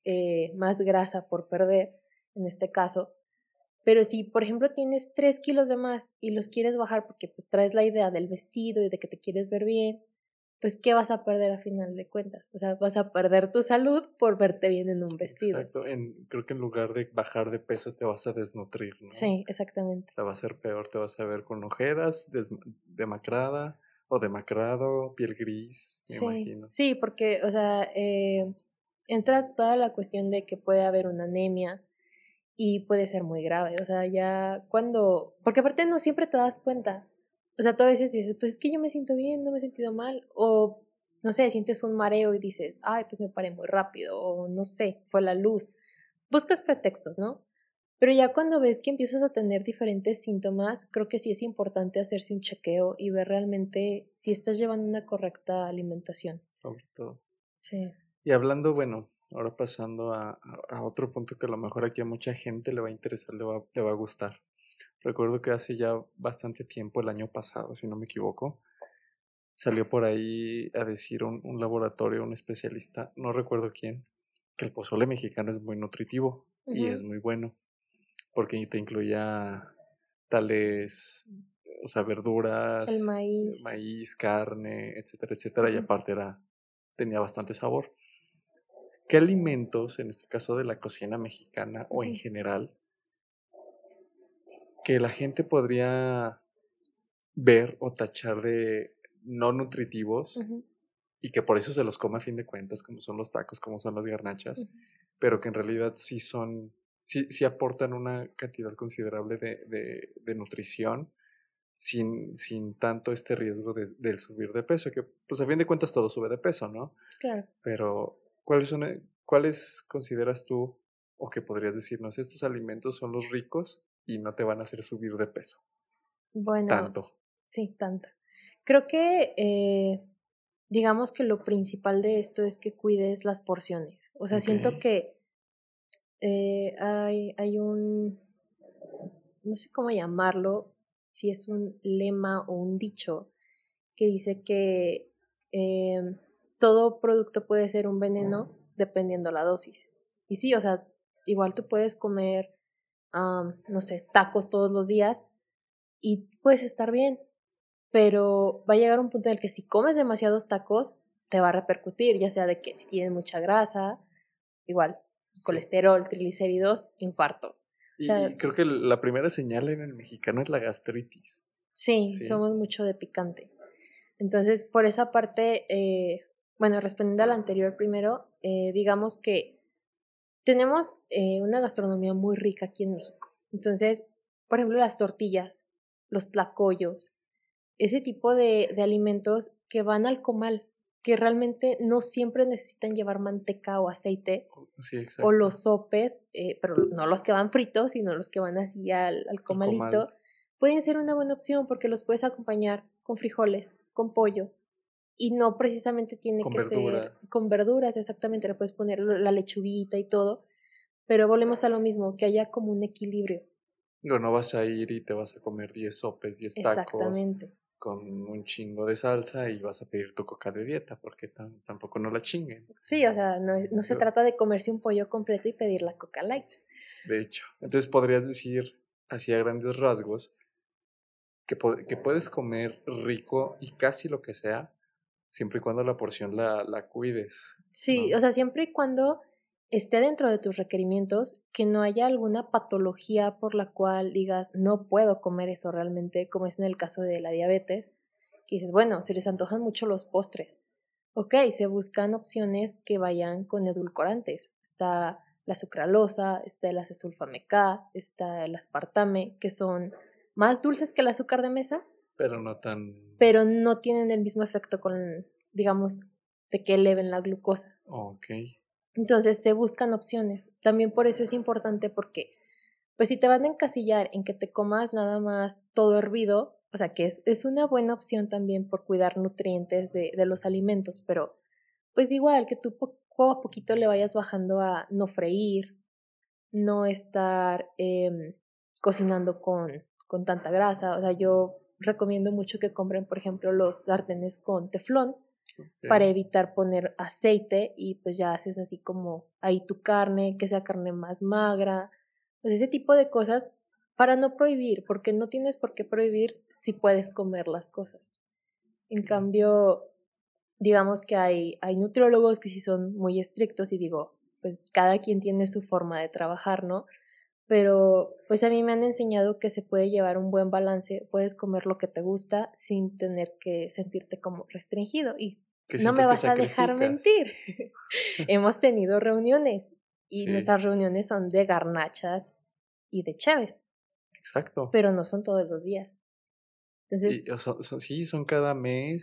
más grasa por perder en este caso. Pero si, por ejemplo, tienes 3 kilos de más y los quieres bajar porque pues traes la idea del vestido y de que te quieres ver bien, pues ¿qué vas a perder a final de cuentas? O sea, vas a perder tu salud por verte bien en un vestido. Exacto. Creo que en lugar de bajar de peso te vas a desnutrir, ¿no? O Sí, exactamente. sea, va a ser peor, te vas a ver con ojeras, demacrada o demacrado, piel gris, me Sí, imagino. sí, porque, o sea, entra toda la cuestión de que puede haber una anemia y puede ser muy grave. O sea, ya porque aparte no siempre te das cuenta. O sea, tú a veces dices, pues es que yo me siento bien, no me he sentido mal. O, no sé, sientes un mareo y dices, ay, pues me paré muy rápido. O no sé, fue la luz. Buscas pretextos, ¿no? Pero ya cuando ves que empiezas a tener diferentes síntomas, creo que sí es importante hacerse un chequeo y ver realmente si estás llevando una correcta alimentación. Sobre todo. Sí. Y hablando, bueno, ahora pasando a otro punto que a lo mejor aquí a mucha gente le va a interesar, le va a gustar. Recuerdo que hace ya bastante tiempo, el año pasado, si no me equivoco, salió por ahí a decir un laboratorio, un especialista, no recuerdo quién, que el pozole mexicano es muy nutritivo y es Ujú. muy bueno, porque te incluía tales, o sea, El verduras, maíz. maíz, carne, etcétera, etcétera, y Ujú. aparte tenía bastante sabor. ¿Qué alimentos, en este caso de la cocina mexicana o en Ujú. general, que la gente podría ver o tachar de no nutritivos Ujú. y que por eso se los come a fin de cuentas, como son los tacos, como son las garnachas, Ujú. pero que en realidad sí aportan una cantidad considerable de nutrición sin tanto este riesgo del subir de peso, que pues a fin de cuentas todo sube de peso, ¿no? Claro. Pero, ¿cuáles consideras tú o que podrías decirnos, estos alimentos son los ricos y no te van a hacer subir de peso? Bueno, Tanto. sí, tanto. Creo que, digamos que lo principal de esto es que cuides las porciones. O sea, Ok. siento que hay no sé cómo llamarlo, si es un lema o un dicho, que dice que todo producto puede ser un veneno dependiendo la dosis. Y sí, o sea, igual tú puedes comer, no sé, tacos todos los días y puedes estar bien, pero va a llegar un punto en el que si comes demasiados tacos, te va a repercutir, ya sea de que si tienes mucha grasa, igual, colesterol, triglicéridos, infarto. O sea, Y creo que la primera señal en el mexicano es la gastritis. sí, somos mucho de picante. Entonces, por esa parte, bueno, respondiendo al anterior primero, digamos que tenemos una gastronomía muy rica aquí en México. Entonces, por ejemplo, las tortillas, los tlacoyos, ese tipo de alimentos que van al comal, que realmente no siempre necesitan llevar manteca o aceite, Sí, o exacto. los sopes, pero no los que van fritos, sino los que van así al comalito, pueden ser una buena opción porque los puedes acompañar con frijoles, con pollo, y no precisamente tiene Con que verdura. ser con verduras, exactamente, le puedes poner la lechuguita y todo, pero volvemos a lo mismo, que haya como un equilibrio. No vas a ir y te vas a comer 10 sopes, 10 tacos Exactamente. con un chingo de salsa y vas a pedir tu coca de dieta porque tampoco no la chinguen. Sí, o sea, no se trata de comerse un pollo completo y pedir la Coca Light. De hecho, entonces podrías decir, así a grandes rasgos, que puedes comer rico y casi lo que sea, siempre y cuando la porción la cuides. Sí, ¿no? o sea, siempre y cuando esté dentro de tus requerimientos, que no haya alguna patología por la cual digas, no puedo comer eso realmente, como es en el caso de la diabetes, que dices, bueno, se les antojan mucho los postres. Ok, se buscan opciones que vayan con edulcorantes. Está la sucralosa, está el acesulfame K, está el aspartame, que son más dulces que el azúcar de mesa, Pero no tan... pero no tienen el mismo efecto con, digamos, de que eleven la glucosa. Ok. Entonces se buscan opciones. También por eso es importante porque, pues si te van a encasillar en que te comas nada más todo hervido, o sea que es una buena opción también por cuidar nutrientes de los alimentos, pero pues igual que tú poco a poquito le vayas bajando a no freír, no estar cocinando con tanta grasa. O sea, yo recomiendo mucho que compren, por ejemplo, los sartenes con teflón para evitar poner aceite y pues ya haces así como ahí tu carne, que sea carne más magra, pues ese tipo de cosas para no prohibir, porque no tienes por qué prohibir si puedes comer las cosas. En cambio, digamos que hay nutriólogos que sí son muy estrictos y digo, pues cada quien tiene su forma de trabajar, ¿no? Pero pues a mí me han enseñado que se puede llevar un buen balance, puedes comer lo que te gusta sin tener que sentirte como restringido y Que no me sientes que vas a dejar sacrificas. mentir. Hemos tenido reuniones y Sí, nuestras reuniones son de garnachas y de chaves, exacto. pero no son todos los días. Entonces, Y sí, son cada mes,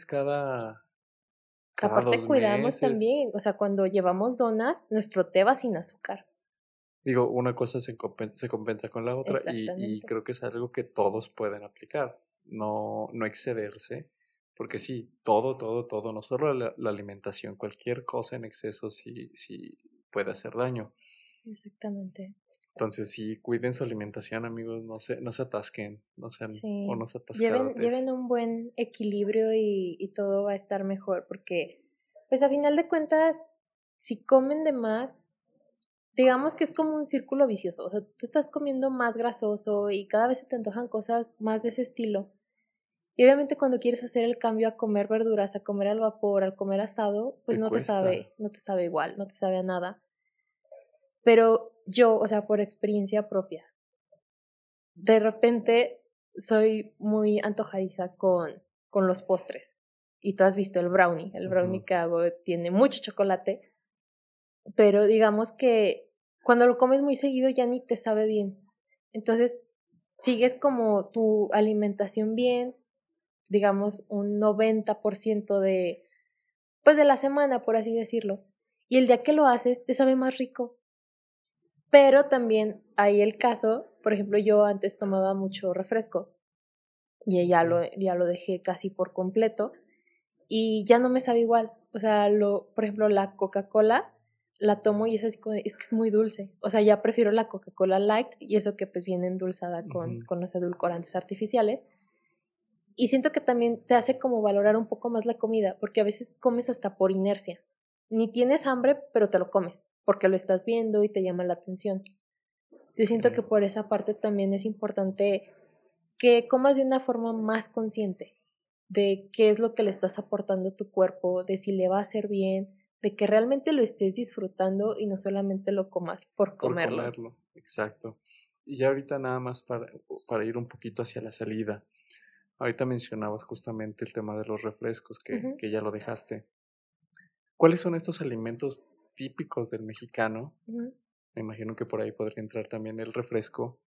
cada aparte 2 meses. cuidamos también, o sea, cuando llevamos donas, nuestro té va sin azúcar. Digo, una cosa se compensa con la otra y Exactamente. creo que es algo que todos pueden aplicar, no excederse, porque sí, todo, no solo la alimentación, cualquier cosa en exceso sí puede hacer daño. Exactamente. Entonces sí, cuiden su alimentación, amigos, no se atasquen, no sean Sí. unos atascadotes. Lleven un buen equilibrio y todo va a estar mejor porque, pues a final de cuentas, si comen de más, digamos que es como un círculo vicioso. O sea, tú estás comiendo más grasoso y cada vez se te antojan cosas más de ese estilo. Y obviamente cuando quieres hacer el cambio a comer verduras, a comer al vapor, al comer asado, pues Te cuesta. no te sabe igual, no te sabe a nada. Pero yo, o sea, por experiencia propia, de repente soy muy antojadiza con los postres. Y tú has visto el brownie Ujú. que hago tiene mucho chocolate, pero digamos que cuando lo comes muy seguido ya ni te sabe bien. Entonces, sigues como tu alimentación bien, digamos un 90% pues de la semana, por así decirlo. Y el día que lo haces, te sabe más rico. Pero también hay el caso, por ejemplo, yo antes tomaba mucho refresco y ya lo dejé casi por completo y ya no me sabe igual. O sea, por ejemplo, la Coca-Cola la tomo y es así como, es que es muy dulce. O sea, ya prefiero la Coca-Cola Light y eso que pues viene endulzada Ujú. con los edulcorantes artificiales. Y siento que también te hace como valorar un poco más la comida, porque a veces comes hasta por inercia. Ni tienes hambre, pero te lo comes, porque lo estás viendo y te llama la atención. Yo siento que por esa parte también es importante que comas de una forma más consciente de qué es lo que le estás aportando a tu cuerpo, de si le va a hacer bien, de que realmente lo estés disfrutando y no solamente lo comas por Por comerlo. comerlo, exacto. Y ya ahorita nada más para ir un poquito hacia la salida. Ahorita mencionabas justamente el tema de los refrescos, Ujú, que ya lo dejaste. ¿Cuáles son estos alimentos típicos del mexicano? ujú. Me imagino que por ahí podría entrar también el refresco,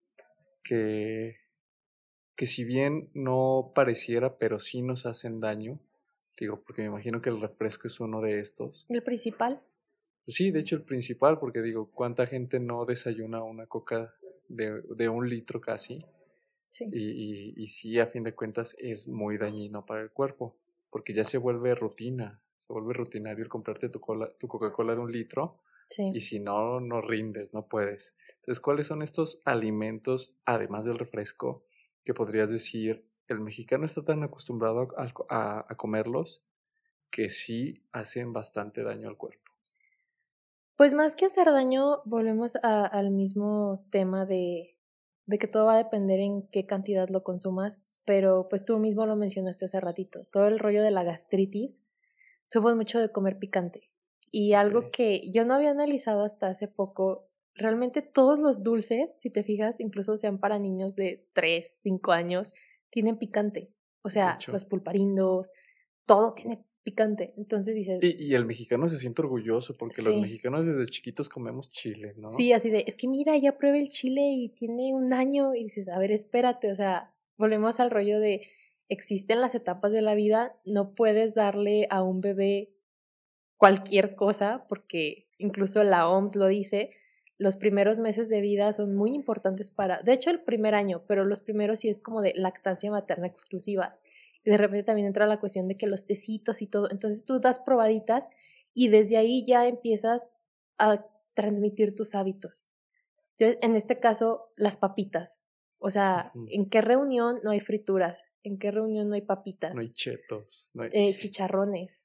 que, que si bien no pareciera, pero sí nos hacen daño. Digo, porque me imagino que el refresco es uno de estos. El principal, Pues sí, de hecho el principal, porque digo, ¿cuánta gente no desayuna una coca de 1 litro casi? sí. Y sí, a fin de cuentas es muy dañino para el cuerpo, porque ya se vuelve rutina, se vuelve rutinario el comprarte tu Coca-Cola de 1 litro, Sí. y si no, no rindes, no puedes. Entonces, ¿cuáles son estos alimentos, además del refresco, que podrías decir, el mexicano está tan acostumbrado a comerlos que sí hacen bastante daño al cuerpo? Pues más que hacer daño, volvemos al mismo tema de que todo va a depender en qué cantidad lo consumas, pero pues tú mismo lo mencionaste hace ratito, todo el rollo de la gastritis, somos mucho de comer picante. Y algo Ok, que yo no había analizado hasta hace poco, realmente todos los dulces, si te fijas, incluso sean para niños de 3 5 años, tienen picante. O de sea, hecho. los pulparindos, todo tiene picante. Entonces dices, Y el mexicano se siente orgulloso porque los sí, mexicanos desde chiquitos comemos chile, ¿no? sí, así de, es que mira, ya probé el chile y tiene 1 año y dices, a ver, espérate, o sea, volvemos al rollo de, existen las etapas de la vida, no puedes darle a un bebé cualquier cosa, porque incluso la OMS lo dice, los primeros meses de vida son muy importantes para, de hecho el primer año, pero los primeros sí es como de lactancia materna exclusiva. Y de repente también entra la cuestión de que los tecitos y todo, entonces tú das probaditas y desde ahí ya empiezas a transmitir tus hábitos. Entonces, en este caso, las papitas. O sea, Ujú. ¿en qué reunión no hay frituras? ¿En qué reunión no hay No papitas? hay chetos, no hay... Chicharrones.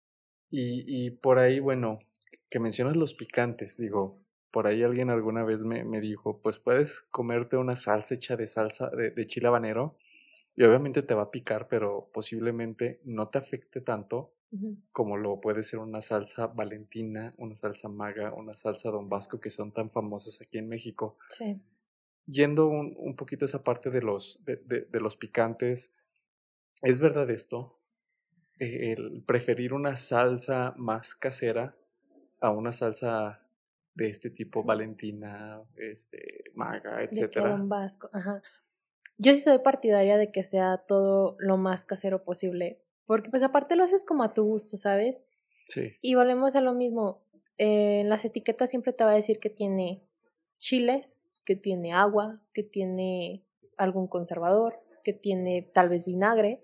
Y por ahí, bueno, que mencionas los picantes, digo, por ahí alguien alguna vez me dijo, pues puedes comerte una salsa hecha de salsa de chile habanero y obviamente te va a picar, pero posiblemente no te afecte tanto Ujú. como lo puede ser una salsa Valentina, una salsa Maga, una salsa Don Vasco que son tan famosas aquí en México. Sí. Yendo un poquito a esa parte de los picantes, ¿es verdad esto? El preferir una salsa más casera a una salsa de este tipo, Valentina, Maga, De que etcétera. Don Vasco, ajá. Yo sí soy partidaria de que sea todo lo más casero posible, porque pues aparte lo haces como a tu gusto, ¿sabes? Sí, Y volvemos a lo mismo, en las etiquetas siempre te va a decir que tiene chiles, que tiene agua, que tiene algún conservador, que tiene tal vez vinagre,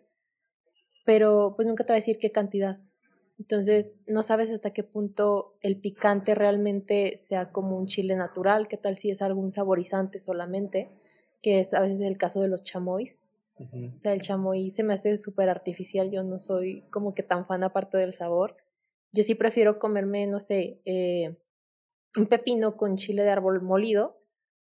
pero pues nunca te va a decir qué cantidad. Entonces, no sabes hasta qué punto el picante realmente sea como un chile natural, qué tal si es algún saborizante solamente, que es a veces el caso de los chamois. ujú, O sea, el chamoy se me hace súper artificial, yo no soy como que tan fan aparte del sabor. Yo sí prefiero comerme, no sé, un pepino con chile de árbol molido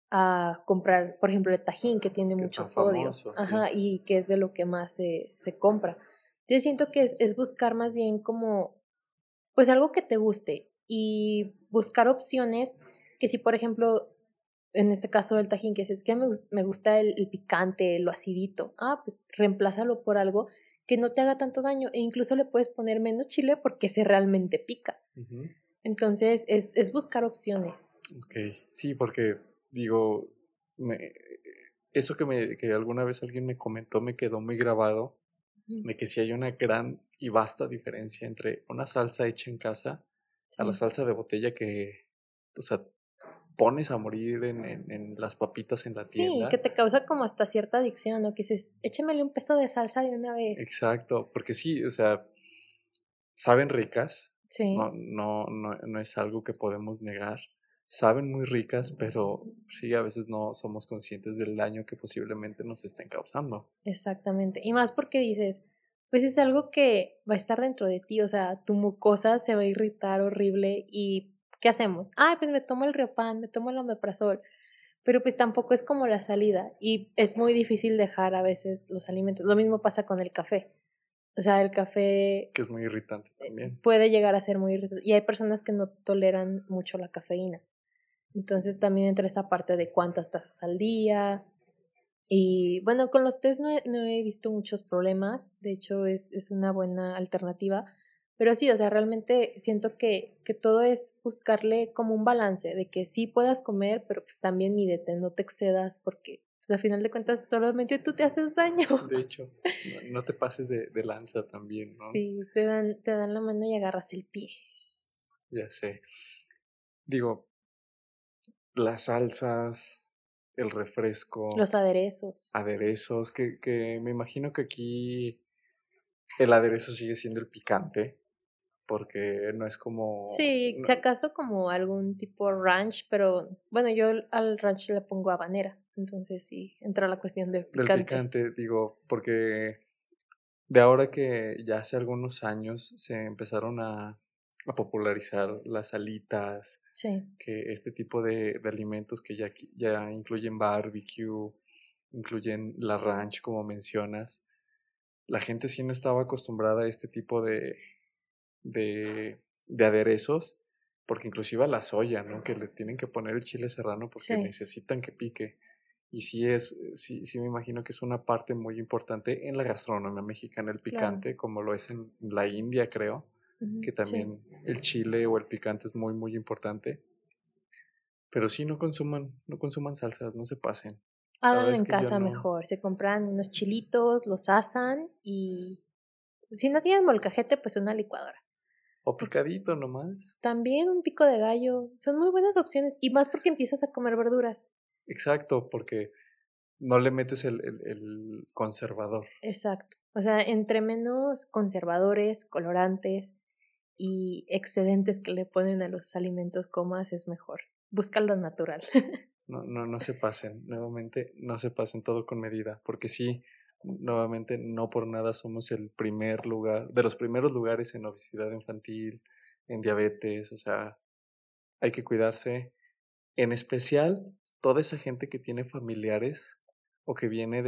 a comprar, por ejemplo, el tajín que tiene qué mucho tan sodio, famoso, sí. ajá, y que es de lo que más se compra. Yo siento que es buscar más bien como, pues algo que te guste y buscar opciones que si, por ejemplo, en este caso del tajín, que es que me gusta el picante, lo acidito, pues reemplázalo por algo que no te haga tanto daño e incluso le puedes poner menos chile porque se realmente pica. Ujú, Entonces es buscar opciones. ok, sí, porque digo, me- eso que alguna vez alguien me comentó me quedó muy grabado, Ujú. de que sí hay una gran y vasta diferencia entre una salsa hecha en casa a la Sí. salsa de botella que, o sea, pones a morir en las papitas en la Sí, que tienda. te causa como hasta cierta adicción, ¿no? Que dices, échamele un peso de salsa de una vez. Exacto, porque sí, o sea, saben ricas, Sí, no es algo que podemos negar. Saben muy ricas, pero sí, a veces no somos conscientes del daño que posiblemente nos estén causando. exactamente. Y más porque dices, pues es algo que va a estar dentro de ti, o sea, tu mucosa se va a irritar horrible y ¿qué hacemos? Pues me tomo el Riopan, me tomo el omeprazol, pero pues tampoco es como la salida y es muy difícil dejar a veces los alimentos. Lo mismo pasa con el café. O sea, el café Que es muy irritante también. puede llegar a ser muy irritante. Y hay personas que no toleran mucho la cafeína. Entonces también entra esa parte de cuántas tazas al día. Y bueno, con los tés no he visto muchos problemas. De hecho, es una buena alternativa. Pero sí, o sea, realmente siento que todo es buscarle como un balance, de que sí puedas comer, pero pues también mídete, no te excedas, porque pues, al final de cuentas solamente tú te haces daño. De hecho, no te pases de lanza también, ¿no? Sí, te dan la mano y agarras el pie. Ya sé. Digo, las salsas, el refresco, Los aderezos. aderezos, que me imagino que aquí el aderezo sigue siendo el picante, porque no es como... Sí, si acaso como algún tipo ranch, pero bueno, yo al ranch le pongo habanera, entonces sí, entra la cuestión del del picante. picante, digo, porque de ahora que ya hace algunos años se empezaron a popularizar las alitas, Sí, que este tipo de alimentos que ya incluyen barbecue, incluyen la ranch, como mencionas, la gente sí no estaba acostumbrada a este tipo de aderezos, porque inclusive a la soya, ¿no? Que le tienen que poner el chile serrano porque sí, necesitan que pique. Y sí me imagino que es una parte muy importante en la gastronomía mexicana, el claro. picante, como lo es en la India, creo, Ujú, que sí. también el chile o el picante es muy, muy importante. Pero sí, no consuman salsas, no se pasen. La verdad Háganlo es en que yo casa no. mejor. Se compran unos chilitos, los asan y si no tienen molcajete, pues una licuadora. O Por- picadito nomás. También un pico de gallo. Son muy buenas opciones y más porque empiezas a comer verduras. Exacto, porque no le metes el conservador. Exacto. O sea, entre menos conservadores, colorantes y excedentes que le ponen a los alimentos comas es mejor. Busca lo natural. No se pasen, nuevamente, no se pasen todo con medida, porque sí, nuevamente, no por nada somos el primer lugar, de los primeros lugares en obesidad infantil, en diabetes, o sea, hay que cuidarse, en especial toda esa gente que tiene familiares o que viene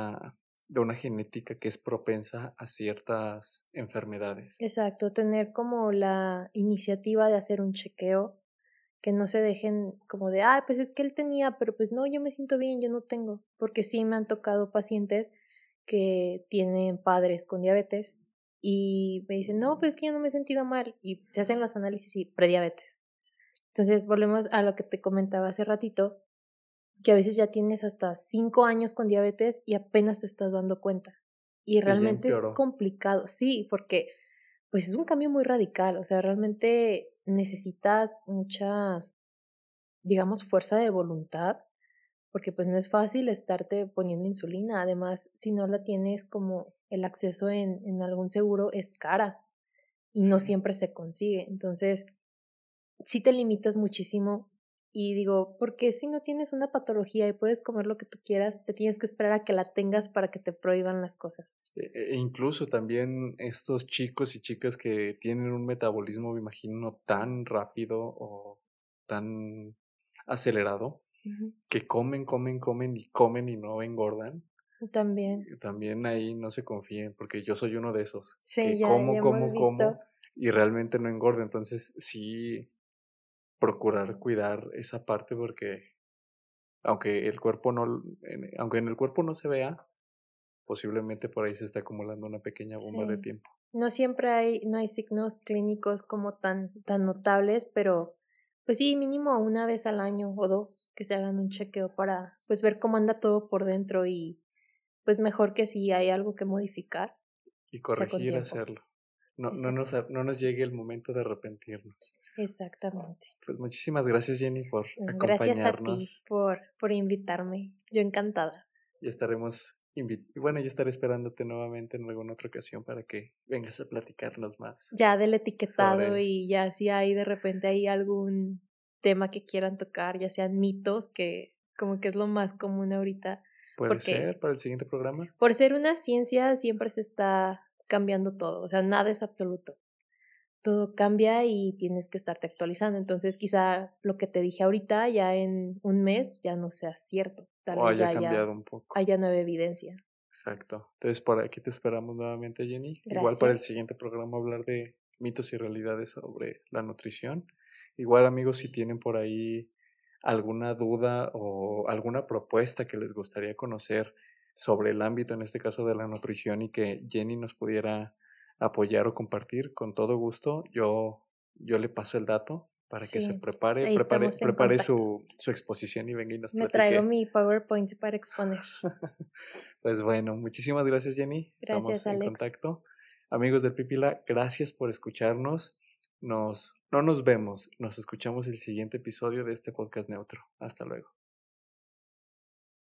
de una genética que es propensa a ciertas enfermedades. Exacto, tener como la iniciativa de hacer un chequeo, que no se dejen como de, ah, pues es que él tenía, pero pues no, yo me siento bien, yo no tengo, porque sí me han tocado pacientes que tienen padres con diabetes y me dicen, no, pues es que yo no me he sentido mal y se hacen los análisis y prediabetes. Entonces volvemos a lo que te comentaba hace ratito, que a veces ya tienes hasta 5 años con diabetes y apenas te estás dando cuenta. Y Y ya realmente es empeoró. complicado, sí, porque pues es un cambio muy radical, o sea, realmente necesitas mucha, digamos, fuerza de voluntad, porque pues no es fácil estarte poniendo insulina, además, si no la tienes como el acceso en algún seguro es cara y no Sí. siempre se consigue, entonces sí te limitas muchísimo y digo, porque si no tienes una patología y puedes comer lo que tú quieras, te tienes que esperar a que la tengas para que te prohíban las cosas. Incluso también estos chicos y chicas que tienen un metabolismo, me imagino, tan rápido o tan acelerado, Ujú. que comen y no engordan, También, también ahí no se confíen, porque yo soy uno de esos, sí, que ya hemos visto. como y realmente no engordo. Entonces sí, procurar cuidar esa parte porque aunque en el cuerpo no se vea, posiblemente por ahí se está acumulando una pequeña bomba de Sí. tiempo. No siempre no hay signos clínicos como tan notables, pero pues sí, mínimo una vez al año o dos que se hagan un chequeo para pues ver cómo anda todo por dentro y pues mejor que si hay algo que modificar, Y sea con corregir tiempo. hacerlo. Exacto. No nos llegue el momento de arrepentirnos. Exactamente. Pues muchísimas gracias, Jenny, por No, gracias a ti acompañarnos. por invitarme. Yo encantada. Ya bueno, ya estaré esperándote nuevamente en alguna otra ocasión para que vengas a platicarnos más Ya del etiquetado sobre, y ya si hay de repente hay algún tema que quieran tocar, ya sean mitos, que como que es lo más común ahorita, puede ser, porque para el siguiente programa. por ser una ciencia siempre se está cambiando todo, o sea, nada es absoluto. Todo cambia y tienes que estarte actualizando. Entonces, quizá lo que te dije ahorita ya en un mes ya no sea cierto. Tal O vez haya ya cambiado un poco. haya nueva evidencia. Exacto. Entonces, por aquí te esperamos nuevamente, Jenny. Igual para el Gracias. siguiente programa hablar de mitos y realidades sobre la nutrición. Igual, amigos, si tienen por ahí alguna duda o alguna propuesta que les gustaría conocer sobre el ámbito, en este caso de la nutrición, y que Jenny nos pudiera apoyar o compartir, con todo gusto, yo le paso el dato para que se Sí, ahí estamos en prepare contacto. su exposición y venga y nos Me traigo platique. mi PowerPoint para exponer. Pues bueno, muchísimas gracias, Jenny. Estamos Gracias, en Alex. contacto. Amigos del Pipila, gracias por escucharnos. No nos vemos, nos escuchamos el siguiente episodio de este podcast neutro. Hasta luego.